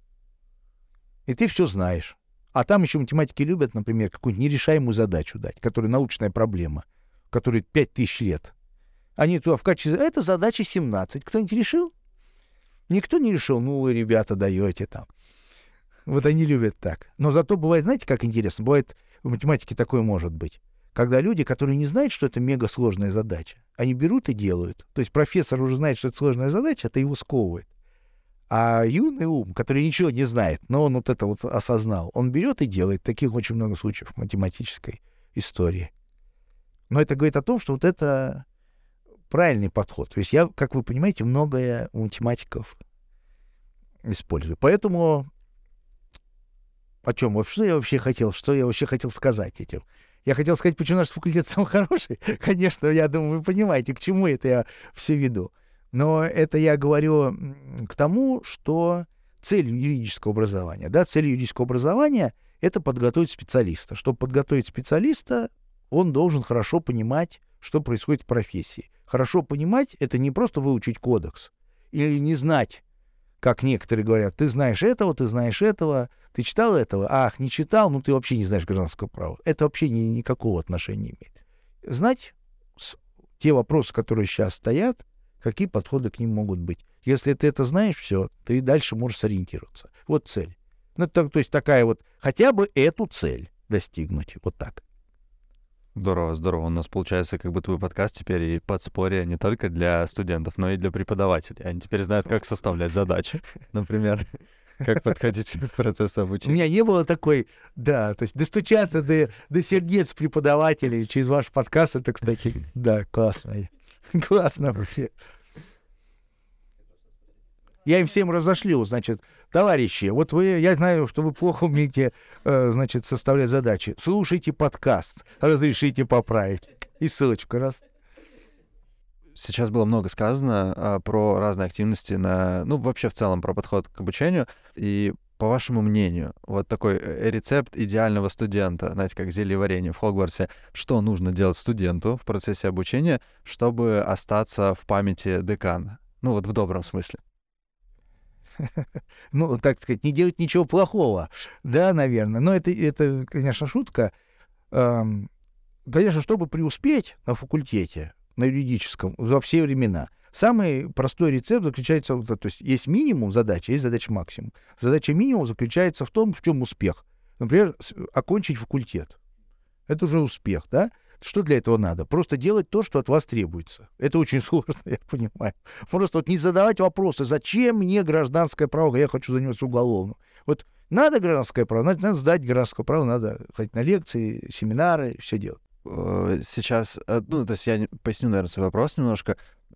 И ты все знаешь. А там еще математики любят, например, какую-нибудь нерешаемую задачу дать, которая научная проблема, которой 5000 лет. Они туда в качестве... Это задача 17. Кто-нибудь решил? Никто не решил. Ну, вы, ребята, даете там. Вот они любят так. Но зато бывает, знаете, как интересно? Бывает... В математике такое может быть. Когда люди, которые не знают, что это мегасложная задача, они берут и делают. То есть профессор уже знает, что это сложная задача, это его сковывает. А юный ум, который ничего не знает, но он вот это вот осознал, он берет и делает. Таких очень много случаев в математической истории. Но это говорит о том, что вот это правильный подход. То есть я, как вы понимаете, многое у математиков использую. Поэтому... О чем? Что я вообще хотел сказать этим? Я хотел сказать, почему наш факультет самый хороший. Конечно, я думаю, вы понимаете, к чему это я все веду. Но это я говорю к тому, что цель юридического образования, да, цель юридического образования — это подготовить специалиста. Чтобы подготовить специалиста, он должен хорошо понимать, что происходит в профессии. Хорошо понимать — это не просто выучить кодекс или не знать, как некоторые говорят, ты знаешь этого, ты читал этого? Ах, не читал, ну ты вообще не знаешь гражданского права. Это вообще никакого отношения не имеет. Знать те вопросы, которые сейчас стоят, какие подходы к ним могут быть. Если ты это знаешь, все, ты дальше можешь сориентироваться. Вот цель. Ну, то есть такая вот, хотя бы эту цель достигнуть. Вот так. Здорово, здорово. У нас получается как бы твой подкаст теперь и подспорье не только для студентов, но и для преподавателей. Они теперь знают, как составлять задачи, например, как подходить к процессу обучения. У меня не было такой, да, то есть достучаться до сердец преподавателей через ваш подкаст, это, кстати, да, классно. Классно вообще. Я им всем разошлю, значит, товарищи, вот я знаю, что вы плохо умеете, значит, составлять задачи. Слушайте подкаст, разрешите поправить. И ссылочку раз. Сейчас было много сказано про разные активности, вообще в целом про подход к обучению. И по вашему мнению, вот такой рецепт идеального студента, знаете, как зелье варенье в Хогвартсе, что нужно делать студенту в процессе обучения, чтобы остаться в памяти декана? Ну вот в добром смысле. Ну, так сказать, не делать ничего плохого, да, наверное. Но это, конечно, шутка. Конечно, чтобы преуспеть на факультете, на юридическом, во все времена, самый простой рецепт заключается, то есть есть минимум задачи, есть задача максимум. Задача минимум заключается в том, в чем успех. Например, окончить факультет. Это уже успех, да? Что для этого надо? Просто делать то, что от вас требуется. Это очень сложно, я понимаю. Просто вот не задавать вопросы, зачем мне гражданское право, я хочу заниматься уголовным. Вот надо гражданское право, надо сдать гражданское право, надо ходить на лекции, семинары, все делать. Сейчас, то есть я поясню, наверное, свой вопрос немножко.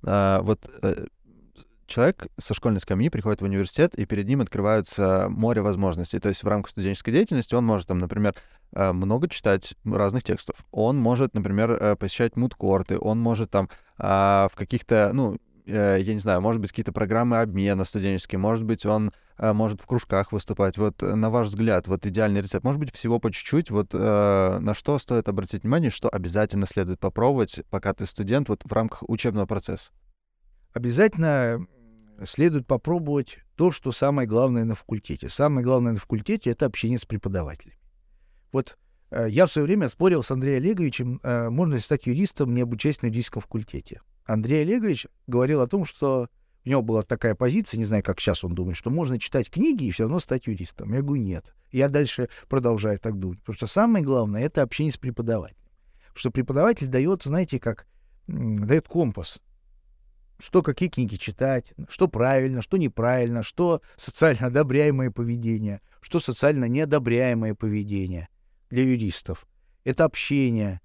Человек со школьной скамьи приходит в университет, и перед ним открываются море возможностей. То есть в рамках студенческой деятельности он может, там, например, много читать разных текстов. Он может, например, посещать мудкорты, он может там в каких-то, я не знаю, может быть, какие-то программы обмена студенческие, может быть, он может в кружках выступать. Вот на ваш взгляд, вот идеальный рецепт, может быть, всего по чуть-чуть, вот на что стоит обратить внимание, что обязательно следует попробовать, пока ты студент, вот в рамках учебного процесса? Обязательно следует попробовать то, что самое главное на факультете. Самое главное на факультете — это общение с преподавателями. Вот я в свое время спорил с Андреем Олеговичем, можно ли стать юристом, не обучаясь на юридическом факультете. Андрей Олегович говорил о том, что у него была такая позиция, не знаю, как сейчас он думает, что можно читать книги и все равно стать юристом. Я говорю, нет. Я дальше продолжаю так думать. Потому что самое главное — это общение с преподавателем. Потому что преподаватель дает, знаете, как дает компас. Что, какие книги читать, что правильно, что неправильно, что социально одобряемое поведение, что социально неодобряемое поведение для юристов. Это общение.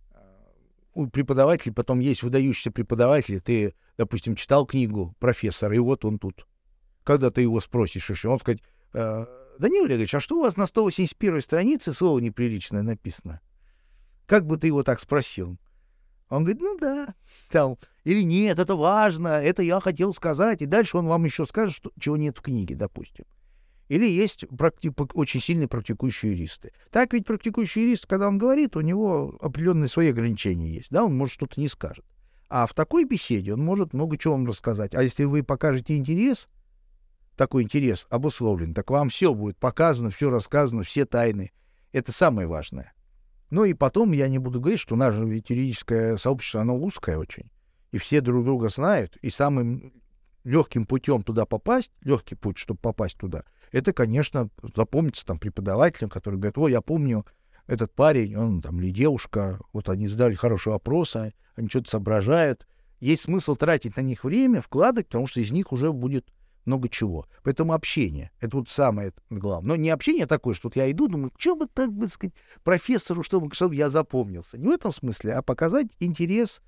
У преподавателей потом есть выдающиеся преподаватели. Ты, допустим, читал книгу профессора, и вот он тут. Когда ты его спросишь еще, он скажет: Данил Олегович, а что у вас на 181 странице слово неприличное написано? Как бы ты его так спросил? Он говорит, ну да, там, или нет, это важно, это я хотел сказать, и дальше он вам еще скажет, что, чего нет в книге, допустим. Или есть очень сильные практикующие юристы. Так ведь практикующий юрист, когда он говорит, у него определенные свои ограничения есть, да, он может что-то не скажет. А в такой беседе он может много чего вам рассказать. А если вы покажете интерес, такой интерес обусловлен, так вам все будет показано, все рассказано, все тайны. Это самое важное. Ну и потом я не буду говорить, что наше ведь юридическое сообщество, оно узкое очень, и все друг друга знают, и самым легким путем туда попасть, легкий путь, чтобы попасть туда, это, конечно, запомнится там преподавателям, которые говорят, я помню, этот парень, он там или девушка, вот они задали хороший вопрос, они что-то соображают. Есть смысл тратить на них время, вкладывать, потому что из них уже будет много чего. Поэтому общение — это вот самое главное. Но не общение такое, что вот я иду, думаю, что бы так, бы сказать, профессору, чтобы я запомнился. Не в этом смысле, а показать интерес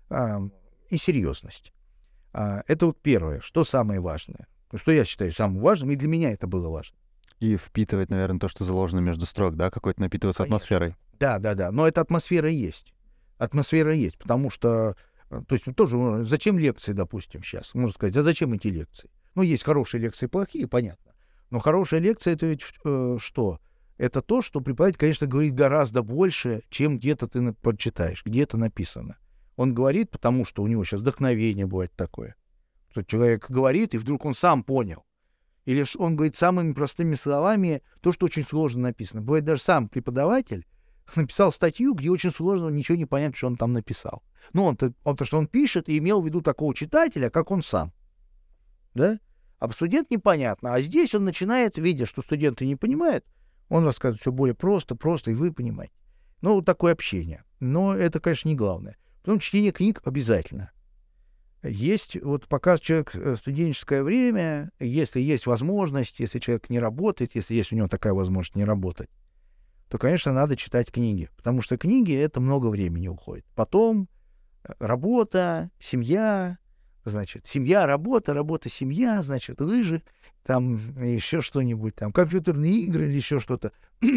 и серьезность. Это вот первое, что самое важное. Что я считаю самым важным, и для меня это было важно. И впитывать, наверное, то, что заложено между строк, да, какой-то напитываться атмосферой. Да. Но эта атмосфера есть. Атмосфера есть, потому что, то есть тоже, зачем лекции, допустим, сейчас? Можно сказать, а зачем эти лекции? Ну, есть хорошие лекции, плохие, понятно. Но хорошая лекция — это ведь что? Это то, что преподаватель, конечно, говорит гораздо больше, чем где-то ты прочитаешь, где-то написано. Он говорит, потому что у него сейчас вдохновение бывает такое. Что человек говорит, и вдруг он сам понял. Или он говорит самыми простыми словами то, что очень сложно написано. Бывает, даже сам преподаватель написал статью, где очень сложно ничего не понять, что он там написал. Ну, то, что он пишет, и имел в виду такого читателя, как он сам. Да? А студент непонятно. А здесь он начинает, видя, что студенты не понимают, он рассказывает все более просто, и вы понимаете. Ну, вот такое общение. Но это, конечно, не главное. Потом чтение книг обязательно. Есть, вот пока человек студенческое время, если есть возможность, если человек не работает, если есть у него такая возможность не работать, то, конечно, надо читать книги. Потому что книги — это много времени уходит. Потом работа, семья, значит, семья, работа, семья, значит, лыжи, там еще что-нибудь, там компьютерные игры или еще что-то.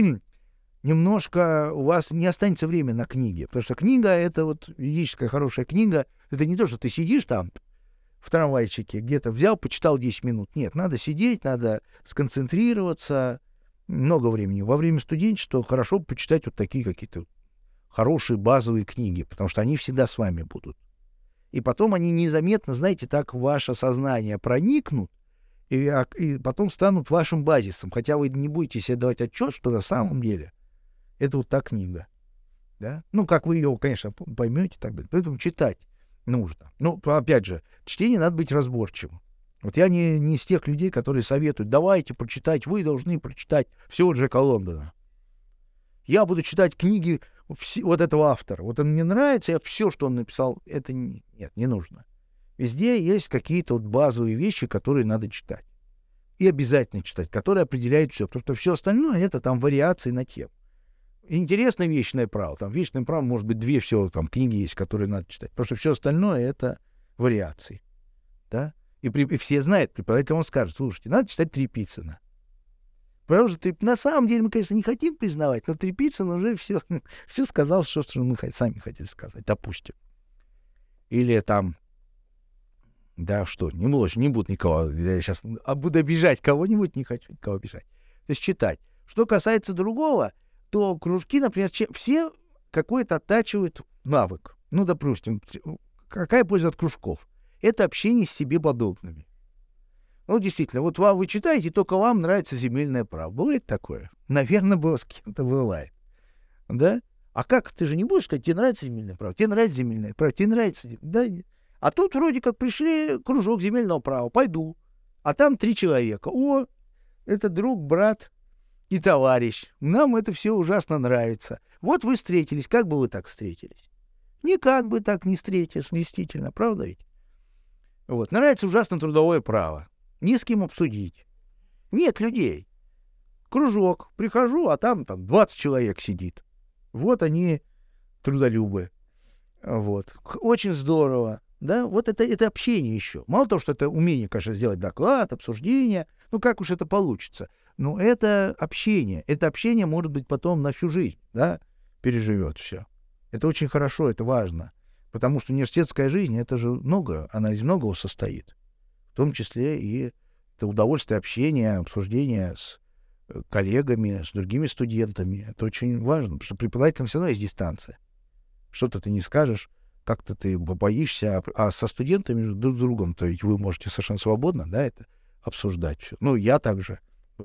Немножко у вас не останется времени на книги. Потому что книга — это вот юридическая хорошая книга. Это не то, что ты сидишь там в трамвайчике, где-то взял, почитал 10 минут. Нет, надо сидеть, надо сконцентрироваться. Много времени. Во время студенчества хорошо почитать вот такие какие-то хорошие базовые книги, потому что они всегда с вами будут. И потом они незаметно, знаете, так в ваше сознание проникнут, и потом станут вашим базисом. Хотя вы не будете себе давать отчет, что на самом деле это вот та книга. Да? Ну, как вы ее, конечно, поймете и так далее. Поэтому читать нужно. Ну, опять же, чтение надо быть разборчивым. Вот я не из тех людей, которые советуют, давайте прочитать, вы должны прочитать всего Джека Лондона. Я буду читать книги вот этого автора. Вот он мне нравится, я все, что он написал, это нет, не нужно. Везде есть какие-то вот базовые вещи, которые надо читать. И обязательно читать, которые определяют все. Потому что все остальное — это там вариации на тему. Интересно вечное право. Там вечное право, может быть, 2 всего там книги есть, которые надо читать. Потому что все остальное — это вариации. Да? И все знают, преподаватель он скажет: слушайте, надо читать Трепицына. Потому что на самом деле мы, конечно, не хотим признавать, но Трепицын уже все сказал, что мы сами хотели сказать, допустим. Или там, да что, не буду никого, я сейчас буду обижать кого-нибудь, не хочу никого обижать. То есть читать. Что касается другого, то кружки, например, все какой-то оттачивают навык. Ну, допустим, какая польза от кружков? Это общение с себе подобными. Ну, действительно, вот вы читаете, только вам нравится земельное право. Бывает такое? Наверное, с кем-то бывает. Да? А как? Ты же не будешь сказать, тебе нравится земельное право, тебе нравится земельное право, тебе нравится... Да? А тут вроде как пришли кружок земельного права, пойду. А там 3 человека. О, это друг, брат и товарищ. Нам это все ужасно нравится. Вот вы встретились. Как бы вы так встретились? Никак бы так не встретились, действительно. Правда ведь? Вот. Нравится ужасно трудовое право. Не с кем обсудить. Нет людей. Кружок. Прихожу, а там 20 человек сидит. Вот они трудолюбы. Вот. Очень здорово. Да? Вот это общение еще. Мало того, что это умение, конечно, сделать доклад, обсуждение. Ну, как уж это получится. Но это общение. Это общение, может быть, потом на всю жизнь, да, переживет все. Это очень хорошо, это важно. Потому что университетская жизнь, это же много, она из многого состоит. В том числе и это удовольствие общения, обсуждения с коллегами, с другими студентами. Это очень важно, потому что преподавателям все равно есть дистанция. Что-то ты не скажешь, как-то ты боишься, а со студентами друг с другом-то ведь вы можете совершенно свободно, да, это обсуждать все. Ну, я также.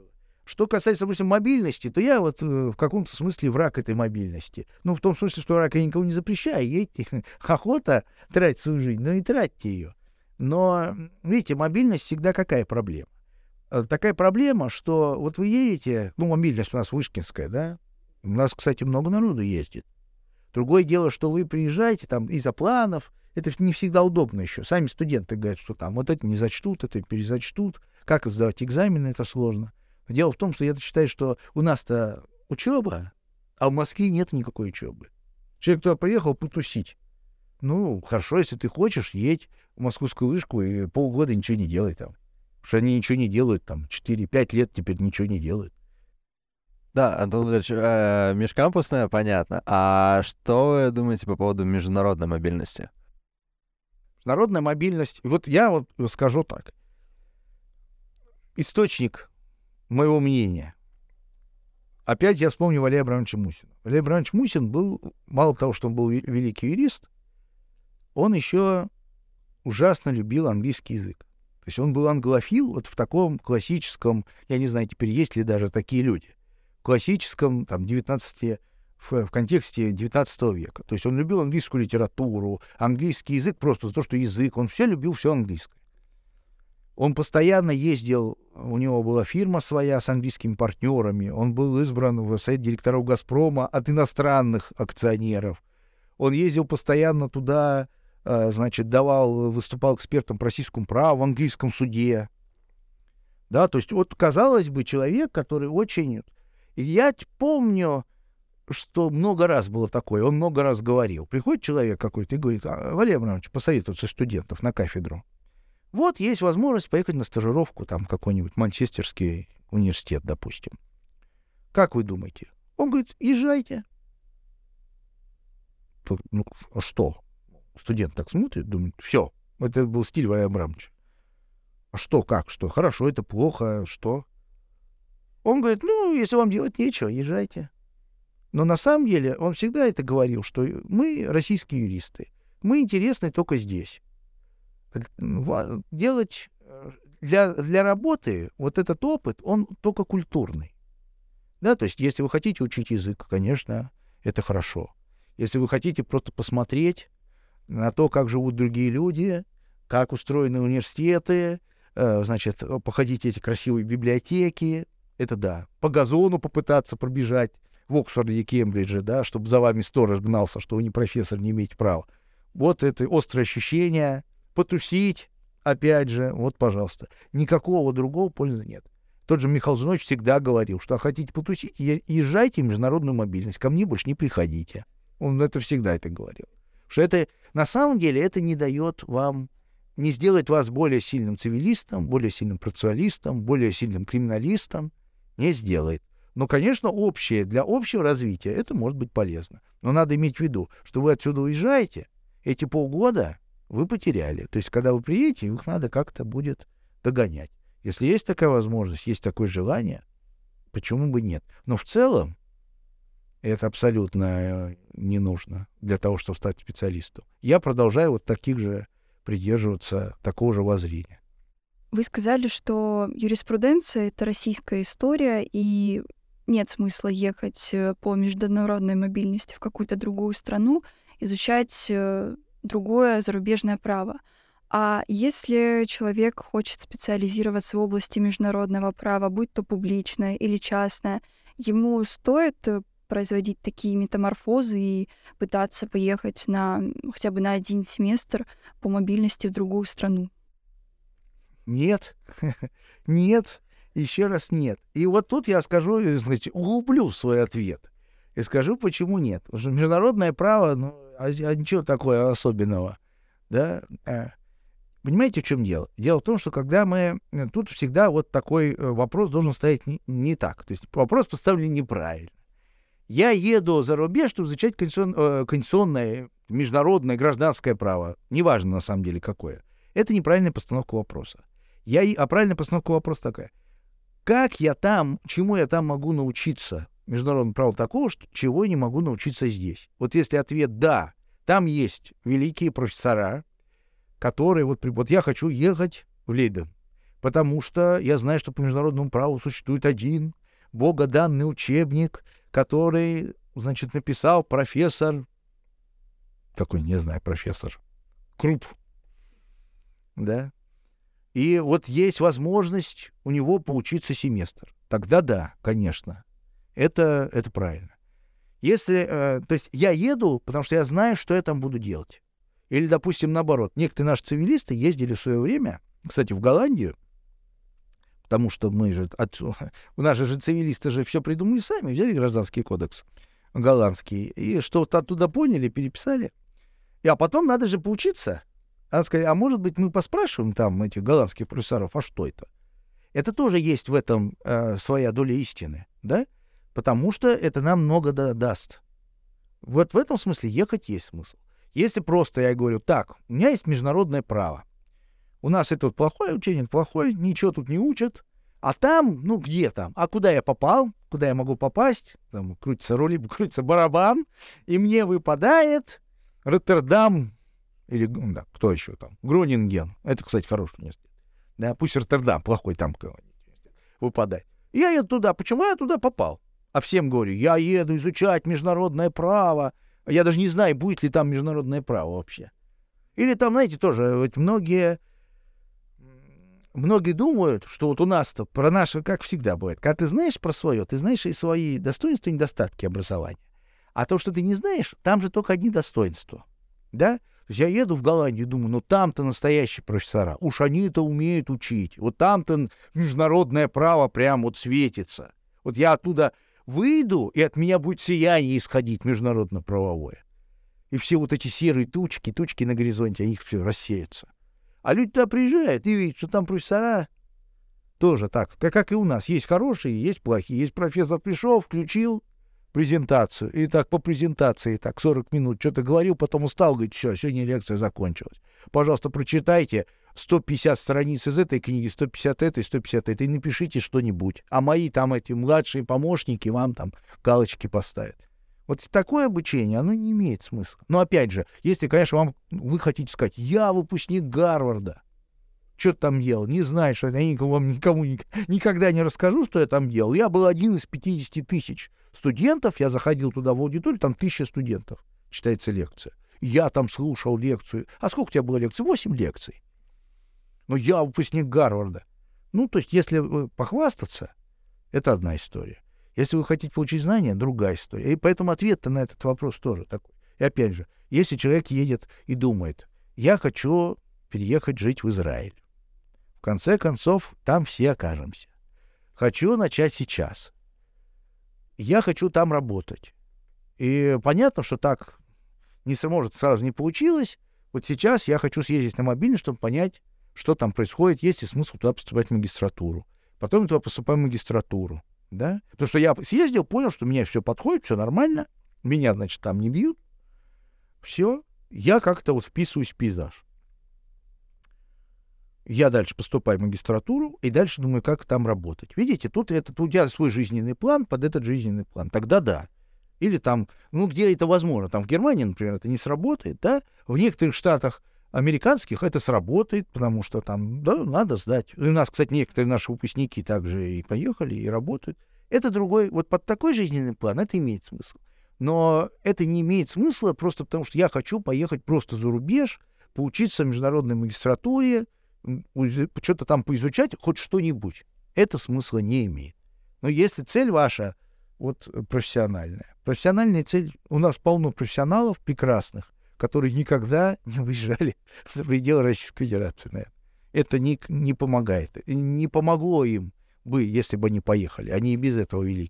Что касается, допустим, мобильности, то я вот в каком-то смысле враг этой мобильности. Ну, в том смысле, что враг я никого не запрещаю. Едьте, охота тратить свою жизнь, но и тратьте ее. Но, видите, мобильность всегда какая проблема? Такая проблема, что вот вы едете, ну, мобильность у нас вышкинская, да? У нас, кстати, много народу ездит. Другое дело, что вы приезжаете там из-за планов, это не всегда удобно еще. Сами студенты говорят, что там вот это не зачтут, это перезачтут. Как сдавать экзамены, это сложно. Дело в том, что я считаю, что у нас-то учеба, а в Москве нет никакой учебы. Человек туда приехал потусить. Ну, хорошо, если ты хочешь, едь в московскую вышку и полгода ничего не делай там. Потому что они ничего не делают там. 4-5 лет теперь ничего не делают. Да, Антон Владимирович, межкампусная, понятно. А что вы думаете по поводу международной мобильности? Международная мобильность... Вот я вот скажу так. Источник моего мнения. Опять я вспомню Валерия Абрамовича Мусина. Валерий Абрамович Мусин был, мало того, что он был великий юрист, он еще ужасно любил английский язык. То есть он был англофил вот в таком классическом, я не знаю, теперь есть ли даже такие люди, классическом, там, в контексте 19 века. То есть он любил английскую литературу, английский язык просто за то, что язык, он все любил, все английское. Он постоянно ездил, у него была фирма своя с английскими партнерами, он был избран в совет директоров «Газпрома» от иностранных акционеров. Он ездил постоянно туда, значит, выступал экспертом по российскому праву в английском суде. Да, то есть вот, казалось бы, человек, который очень... И я помню, что много раз было такое, он много раз говорил. Приходит человек какой-то и говорит: Валерий Абрамович, посоветоваться студентов на кафедру. Вот есть возможность поехать на стажировку там в какой-нибудь Манчестерский университет, допустим. Как вы думаете? Он говорит: езжайте. Ну, что? Студент так смотрит, думает: все, это был стиль Валерия Абрамовича. А что, как, что? Хорошо, это плохо, что? Он говорит: ну, если вам делать нечего, езжайте. Но на самом деле он всегда это говорил, что мы российские юристы, мы интересны только здесь. Делать для работы вот этот опыт, он только культурный. Да, то есть если вы хотите учить язык, конечно, это хорошо. Если вы хотите просто посмотреть на то, как живут другие люди, как устроены университеты, значит, походить эти красивые библиотеки, это да. По газону попытаться пробежать, в Оксфорде и Кембридже, да, чтобы за вами сторож гнался, что вы не профессор, не имеете права. Вот это острое ощущение, потусить, опять же, вот, пожалуйста. Никакого другого пользы нет. Тот же Михаил Зинович всегда говорил, что хотите потусить, езжайте в международную мобильность, ко мне больше не приходите. Он всегда это говорил. Что это, на самом деле, это не дает вам, не сделает вас более сильным цивилистом, более сильным процессуалистом, более сильным криминалистом, не сделает. Но, конечно, для общего развития это может быть полезно. Но надо иметь в виду, что вы отсюда уезжаете, эти полгода вы потеряли. То есть, когда вы приедете, их надо как-то будет догонять. Если есть такая возможность, есть такое желание, почему бы нет? Но в целом это абсолютно не нужно для того, чтобы стать специалистом. Я продолжаю вот таких же придерживаться такого же воззрения. Вы сказали, что юриспруденция — это российская история, и нет смысла ехать по международной мобильности в какую-то другую страну, изучать другое зарубежное право. А если человек хочет специализироваться в области международного права, будь то публичное или частное, ему стоит производить такие метаморфозы и пытаться поехать хотя бы на один семестр по мобильности в другую страну? Нет, нет, еще раз нет. И вот тут я скажу, значит, углублю свой ответ и скажу, почему нет. Потому что международное право, ничего такого особенного, да. Понимаете, в чем дело? Дело в том, что когда тут всегда вот такой вопрос должен стоять не так. То есть вопрос поставлен неправильно. Я еду за рубеж, чтобы изучать конституционное, международное, гражданское право. Неважно, на самом деле, какое. Это неправильная постановка вопроса. А правильная постановка вопроса такая. Чему я там могу научиться? Международное право такого, чего я не могу научиться здесь. Вот если ответ «да», там есть великие профессора, которые вот я хочу ехать в Лейден, потому что я знаю, что по международному праву существует один богоданный учебник, который, значит, написал профессор, профессор Круп, да, и вот есть возможность у него поучиться семестр. Тогда да, конечно, это правильно. То есть я еду, потому что я знаю, что я там буду делать. Или, допустим, наоборот, некоторые наши цивилисты ездили в свое время, кстати, в Голландию, потому что у нас же цивилисты все придумали сами, взяли гражданский кодекс голландский, и что-то оттуда поняли, переписали. А потом надо же поучиться. А может быть, мы поспрашиваем там этих голландских профессоров, а что это? Это тоже есть в этом своя доля истины, да? Потому что это нам много даст. Вот в этом смысле ехать есть смысл. Если просто я говорю, так, у меня есть международное право. У нас это плохой ученик, плохой, ничего тут не учат. А там, где там? А куда я попал? Куда я могу попасть? Там крутится крутится барабан, и мне выпадает Роттердам, или, кто еще там? Гронинген. Это, кстати, хороший университет. Да, пусть Роттердам, плохой там выпадает. Я еду туда. Почему я туда попал? А всем говорю, я еду изучать международное право. Я даже не знаю, будет ли там международное право вообще. Или там, знаете, тоже вот многие думают, что вот у нас-то про наше, как всегда бывает, когда ты знаешь про свое, ты знаешь и свои достоинства и недостатки образования. А то, что ты не знаешь, там же только одни достоинства. Да? То есть я еду в Голландию и думаю, там-то настоящие профессора. Уж они-то умеют учить. Вот там-то международное право прям вот светится. Вот я оттуда выйду, и от меня будет сияние исходить международно-правовое. И все вот эти серые тучки на горизонте, они все рассеются. А люди туда приезжают и видят, что там профессора тоже так, как и у нас. Есть хорошие, есть плохие. Есть профессор пришел, включил презентацию. И так по презентации 40 минут что-то говорил, потом устал, говорит, все, сегодня лекция закончилась. Пожалуйста, прочитайте 150 страниц из этой книги, 150 этой, 150 этой, и напишите что-нибудь. А мои там эти младшие помощники вам там галочки поставят. Вот такое обучение, оно не имеет смысла. Но опять же, если, конечно, вы хотите сказать, я выпускник Гарварда, что ты там делал, не знаю, что я вам никому никогда не расскажу, что я там делал. Я был один из 50 тысяч студентов, я заходил туда в аудиторию, там 1000 студентов, читается лекция. Я там слушал лекцию. А сколько у тебя было лекций? 8 лекций. Но я выпускник Гарварда. То есть, если похвастаться, это одна история. Если вы хотите получить знания, другая история. И поэтому ответ-то на этот вопрос тоже такой. И опять же, если человек едет и думает, я хочу переехать жить в Израиль. В конце концов, там все окажемся. Хочу начать сейчас. Я хочу там работать. И понятно, что так не сможет, сразу не получилось. Вот сейчас я хочу съездить на мобильный, чтобы понять, что там происходит, есть ли смысл туда поступать в магистратуру. Потом я туда поступаю в магистратуру. Да? Потому что я съездил, понял, что мне все подходит, все нормально. Меня, значит, там не бьют. Все. Я как-то вот вписываюсь в пейзаж. Я дальше поступаю в магистратуру и дальше думаю, как там работать. Видите, тут у тебя свой жизненный план под этот жизненный план. Тогда да. Или там, где это возможно. Там в Германии, например, это не сработает, да? В некоторых штатах американских это сработает, потому что там, да, надо сдать. И у нас, кстати, некоторые наши выпускники также и поехали, и работают. Это другой, вот под такой жизненный план это имеет смысл. Но это не имеет смысла просто потому, что я хочу поехать просто за рубеж, поучиться в международной магистратуре, что-то там поизучать, хоть что-нибудь. Это смысла не имеет. Но если цель ваша вот профессиональная цель, у нас полно профессионалов прекрасных, которые никогда не выезжали за пределы Российской Федерации, наверное. Это не помогает. Не помогло им бы, если бы они поехали. Они и без этого велики.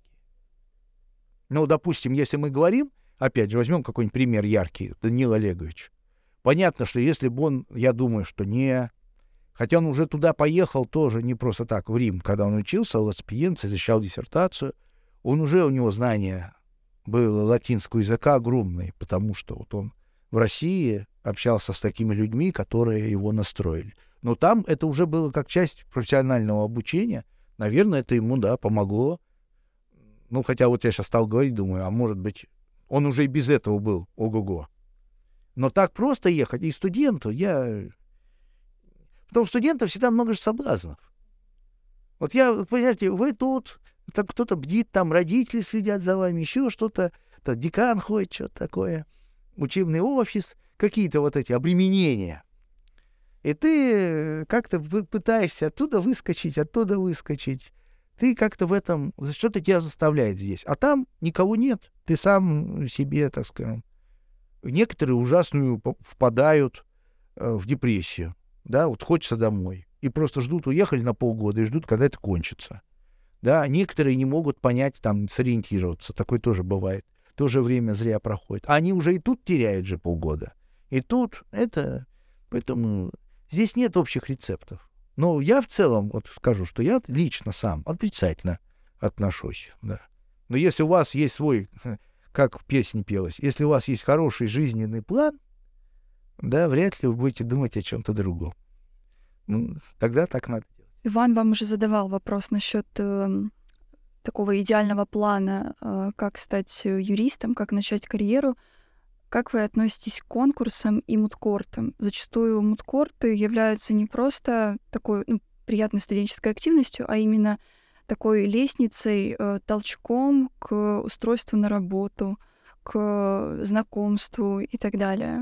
Ну, допустим, если мы говорим, опять же, возьмем какой-нибудь пример яркий, Даниил Олегович. Понятно, что если бы он, я думаю, что не... Хотя он уже туда поехал тоже не просто так, в Рим, когда он учился в Ла-Спиенце, защищал диссертацию, у него знания было латинского языка огромные, потому что вот он в России общался с такими людьми, которые его настроили. Но там это уже было как часть профессионального обучения. Наверное, это ему, да, помогло. Ну, хотя вот я сейчас стал говорить, думаю, а может быть, он уже и без этого был ого-го. Но так просто ехать, и студенту Потом у студентов всегда много же соблазнов. Вот понимаете, вы тут, так кто-то бдит, там родители следят за вами, еще что-то, декан ходит, что-то такое, учебный офис, какие-то вот эти обременения. И ты как-то пытаешься оттуда выскочить. Ты как-то в этом... Что-то тебя заставляет здесь. А там никого нет. Ты сам себе, так скажем... Некоторые ужасную впадают в депрессию. Да, вот хочется домой. И просто ждут, уехали на полгода и ждут, когда это кончится. Да, некоторые не могут понять, там, сориентироваться. Такое тоже бывает. Тоже время зря проходит. А они уже и тут теряют же полгода. И тут это... Поэтому здесь нет общих рецептов. Но я в целом вот скажу, что я лично сам отрицательно отношусь. Да. Но если у вас есть свой, как в песне пелось, если у вас есть хороший жизненный план, да, вряд ли вы будете думать о чем-то другом. Ну, тогда так надо делать. Иван вам уже задавал вопрос насчет такого идеального плана, как стать юристом, как начать карьеру. Как вы относитесь к конкурсам и мудкортам? Зачастую мудкорты являются не просто такой приятной студенческой активностью, а именно такой лестницей, толчком к устройству на работу, к знакомству и так далее.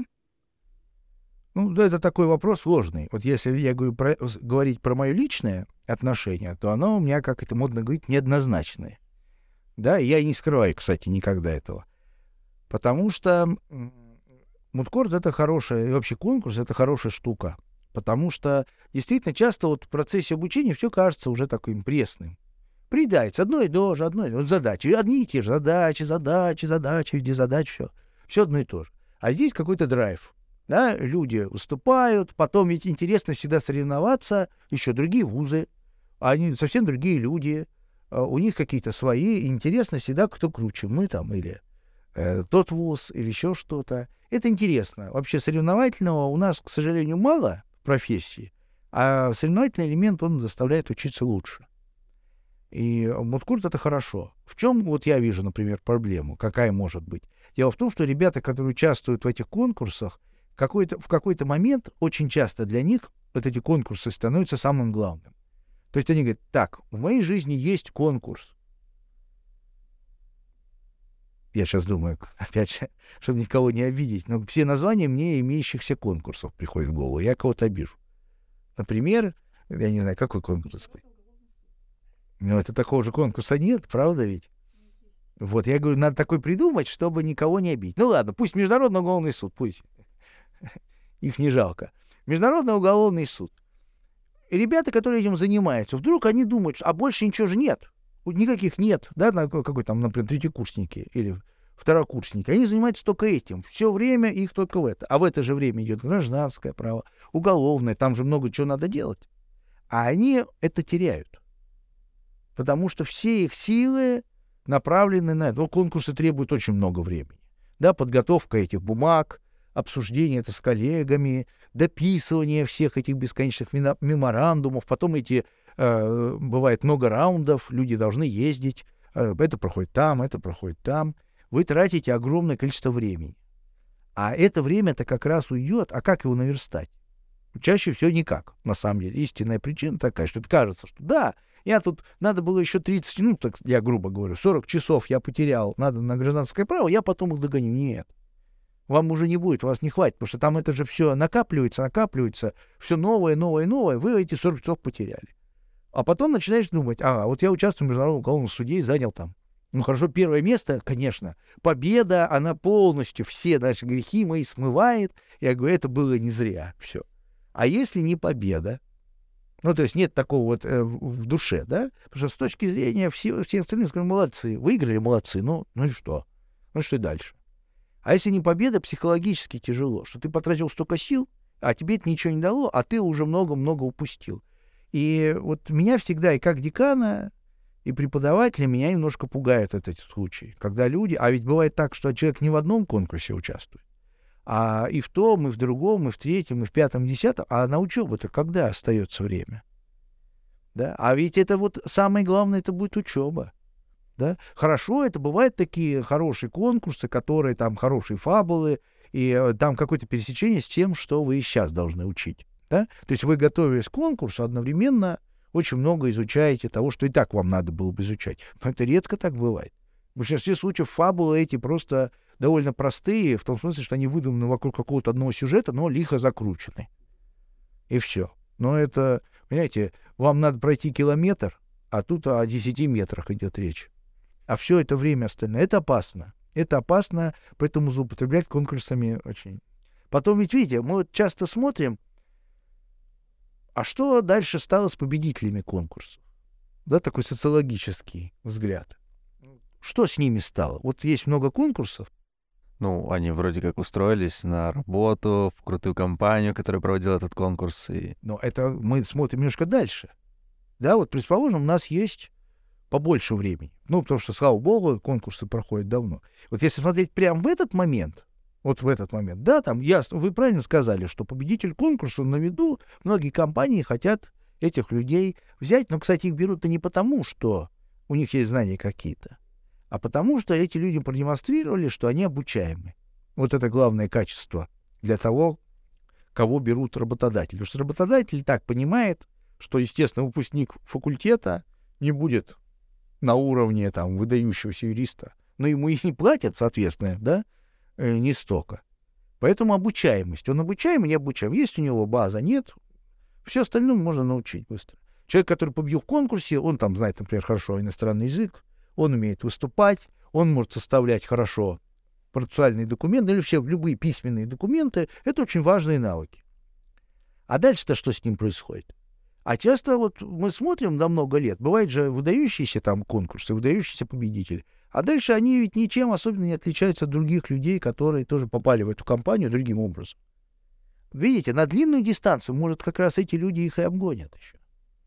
Ну, да, это такой вопрос сложный. Вот если я говорить про мое личное отношение, то оно у меня, как это модно говорить, неоднозначное. Да, и я не скрываю, кстати, никогда этого. Потому что мудкорт — это хорошая, и вообще конкурс — это хорошая штука. Потому что действительно часто вот в процессе обучения все кажется уже таким пресным. Приедается одно и то же, вот задачи, одни и те же задачи, где задачи, все одно и то же. А здесь какой-то драйв. Да, люди выступают, потом ведь интересно всегда соревноваться, еще другие вузы, они совсем другие люди, у них какие-то свои, и интересно всегда, кто круче, мы там или тот вуз, или еще что-то. Это интересно. Вообще соревновательного у нас, к сожалению, мало в профессии, а соревновательный элемент, он заставляет учиться лучше. И мудкорт — это хорошо. В чем вот я вижу, например, проблему? Какая может быть? Дело в том, что ребята, которые участвуют в этих конкурсах, в какой-то момент очень часто для них вот эти конкурсы становятся самым главным. То есть они говорят, так, в моей жизни есть конкурс. Я сейчас думаю, опять же, чтобы никого не обидеть, но все названия мне имеющихся конкурсов приходят в голову. Я кого-то обижу. Например, я не знаю, какой конкурс сказать. Но это такого же конкурса нет, правда ведь? Вот, я говорю, надо такой придумать, чтобы никого не обидеть. Ну ладно, пусть Международный уголовный суд, пусть. Их не жалко. Международный уголовный суд. И ребята, которые этим занимаются, вдруг они думают, а больше ничего же нет. Никаких нет, да, какой там, например, третьекурсники или второкурсники. Они занимаются только этим. Все время их только в это. А в это же время идет гражданское право, уголовное, там же много чего надо делать. А они это теряют. Потому что все их силы направлены на это. Ну, конкурсы требуют очень много времени. Да, подготовка этих бумаг, обсуждение это с коллегами, дописывание всех этих бесконечных меморандумов. Потом бывает много раундов, люди должны ездить. Это проходит там, это проходит там. Вы тратите огромное количество времени. А это время-то как раз уйдет. А как его наверстать? Чаще всего никак, на самом деле. Истинная причина такая, что это кажется, что да, я тут, надо было еще 30, ну, так я грубо говорю, 40 часов я потерял, надо на гражданское право, я потом их догоню. Нет. Вам уже не будет, у вас не хватит, потому что там это же все накапливается, все новое, вы эти 40 часов потеряли. А потом начинаешь думать, вот я участвую в Международном уголовном суде и занял там. Ну хорошо, первое место, конечно, победа, она полностью все наши грехи мои смывает. Я говорю, это было не зря, все. А если не победа, ну, то есть нет такого вот в душе, да? Потому что с точки зрения всех остальных, скажем, молодцы, выиграли, молодцы, ну и что? Ну, что и дальше? А если не победа, психологически тяжело, что ты потратил столько сил, а тебе это ничего не дало, а ты уже много-много упустил. И вот меня всегда, и как декана, и преподавателя, меня немножко пугают этот случай, когда люди... А ведь бывает так, что человек не в одном конкурсе участвует, а и в том, и в другом, и в третьем, и в пятом, и в десятом. А на учебу-то когда остается время? Да? А ведь это вот самое главное, это будет учеба. Да? Хорошо, это бывают такие хорошие конкурсы, которые там хорошие фабулы, и там какое-то пересечение с тем, что вы и сейчас должны учить. Да? То есть вы, готовясь к конкурсу, одновременно очень много изучаете того, что и так вам надо было бы изучать. Но это редко так бывает. В большинстве случаев фабулы эти просто довольно простые, в том смысле, что они выдуманы вокруг какого-то одного сюжета, но лихо закручены. И все. Но это, понимаете, вам надо пройти километр, а тут о 10 метрах идет речь. А все это время остальное. Это опасно. Это опасно, поэтому злоупотреблять конкурсами очень. Потом ведь, видите, мы вот часто смотрим, а что дальше стало с победителями конкурсов? Да, такой социологический взгляд. Что с ними стало? Вот есть много конкурсов. Ну, они вроде как устроились на работу, в крутую компанию, которая проводила этот конкурс. Но это мы смотрим немножко дальше. Да, вот, предположим, у нас есть побольше времени. Ну, потому что, слава богу, конкурсы проходят давно. Вот если смотреть прямо в этот момент, да, там ясно, вы правильно сказали, что победитель конкурса на виду, многие компании хотят этих людей взять, но, кстати, их берут-то не потому, что у них есть знания какие-то, а потому что эти люди продемонстрировали, что они обучаемы. Вот это главное качество для того, кого берут работодатели. Потому что работодатель так понимает, что, естественно, выпускник факультета не будет на уровне там выдающегося юриста, но ему и не платят, соответственно, да, не столько. Поэтому обучаемость. Он обучаем и не обучаем. Есть у него база, нет. Все остальное можно научить быстро. Человек, который победил в конкурсе, он там знает, например, хорошо иностранный язык, он умеет выступать, он может составлять хорошо процессуальные документы или вообще любые письменные документы. Это очень важные навыки. А дальше-то что с ним происходит? А часто вот мы смотрим на много лет, бывают же выдающиеся там конкурсы, выдающиеся победители, а дальше они ведь ничем особенно не отличаются от других людей, которые тоже попали в эту компанию другим образом. Видите, на длинную дистанцию, может, как раз эти люди их и обгонят еще.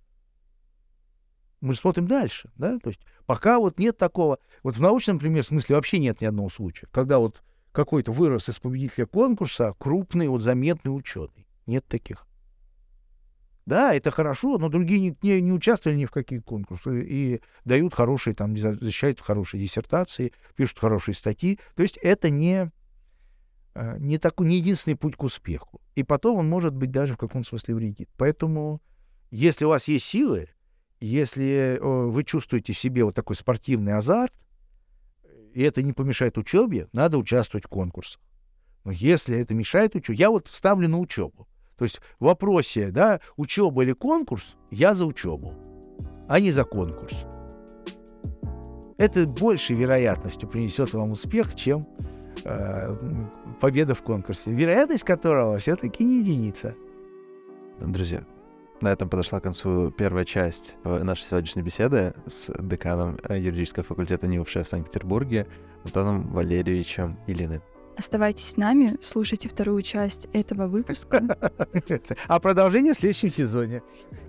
Мы же смотрим дальше, да, то есть пока вот нет такого, вот в научном, например, смысле вообще нет ни одного случая, когда вот какой-то вырос из победителя конкурса крупный, вот заметный ученый. Нет таких. Да, это хорошо, но другие не участвовали ни в каких конкурсах и дают хорошие, там, защищают хорошие диссертации, пишут хорошие статьи. То есть это не единственный путь к успеху. И потом он может быть даже в каком-то смысле вредит. Поэтому, если у вас есть силы, если вы чувствуете в себе вот такой спортивный азарт, и это не помешает учебе, надо участвовать в конкурсах. Но если это мешает учебе, я вот ставлю на учебу. То есть в вопросе, да, учеба или конкурс, я за учебу, а не за конкурс. это большей вероятностью принесет вам успех, чем победа в конкурсе, вероятность которого все-таки не единица. Друзья, на этом подошла к концу первая часть нашей сегодняшней беседы с деканом юридического факультета НИУ в Санкт-Петербурге Антоном Валерьевичем Ильиным. Оставайтесь с нами, слушайте вторую часть этого выпуска. А продолжение в следующем сезоне.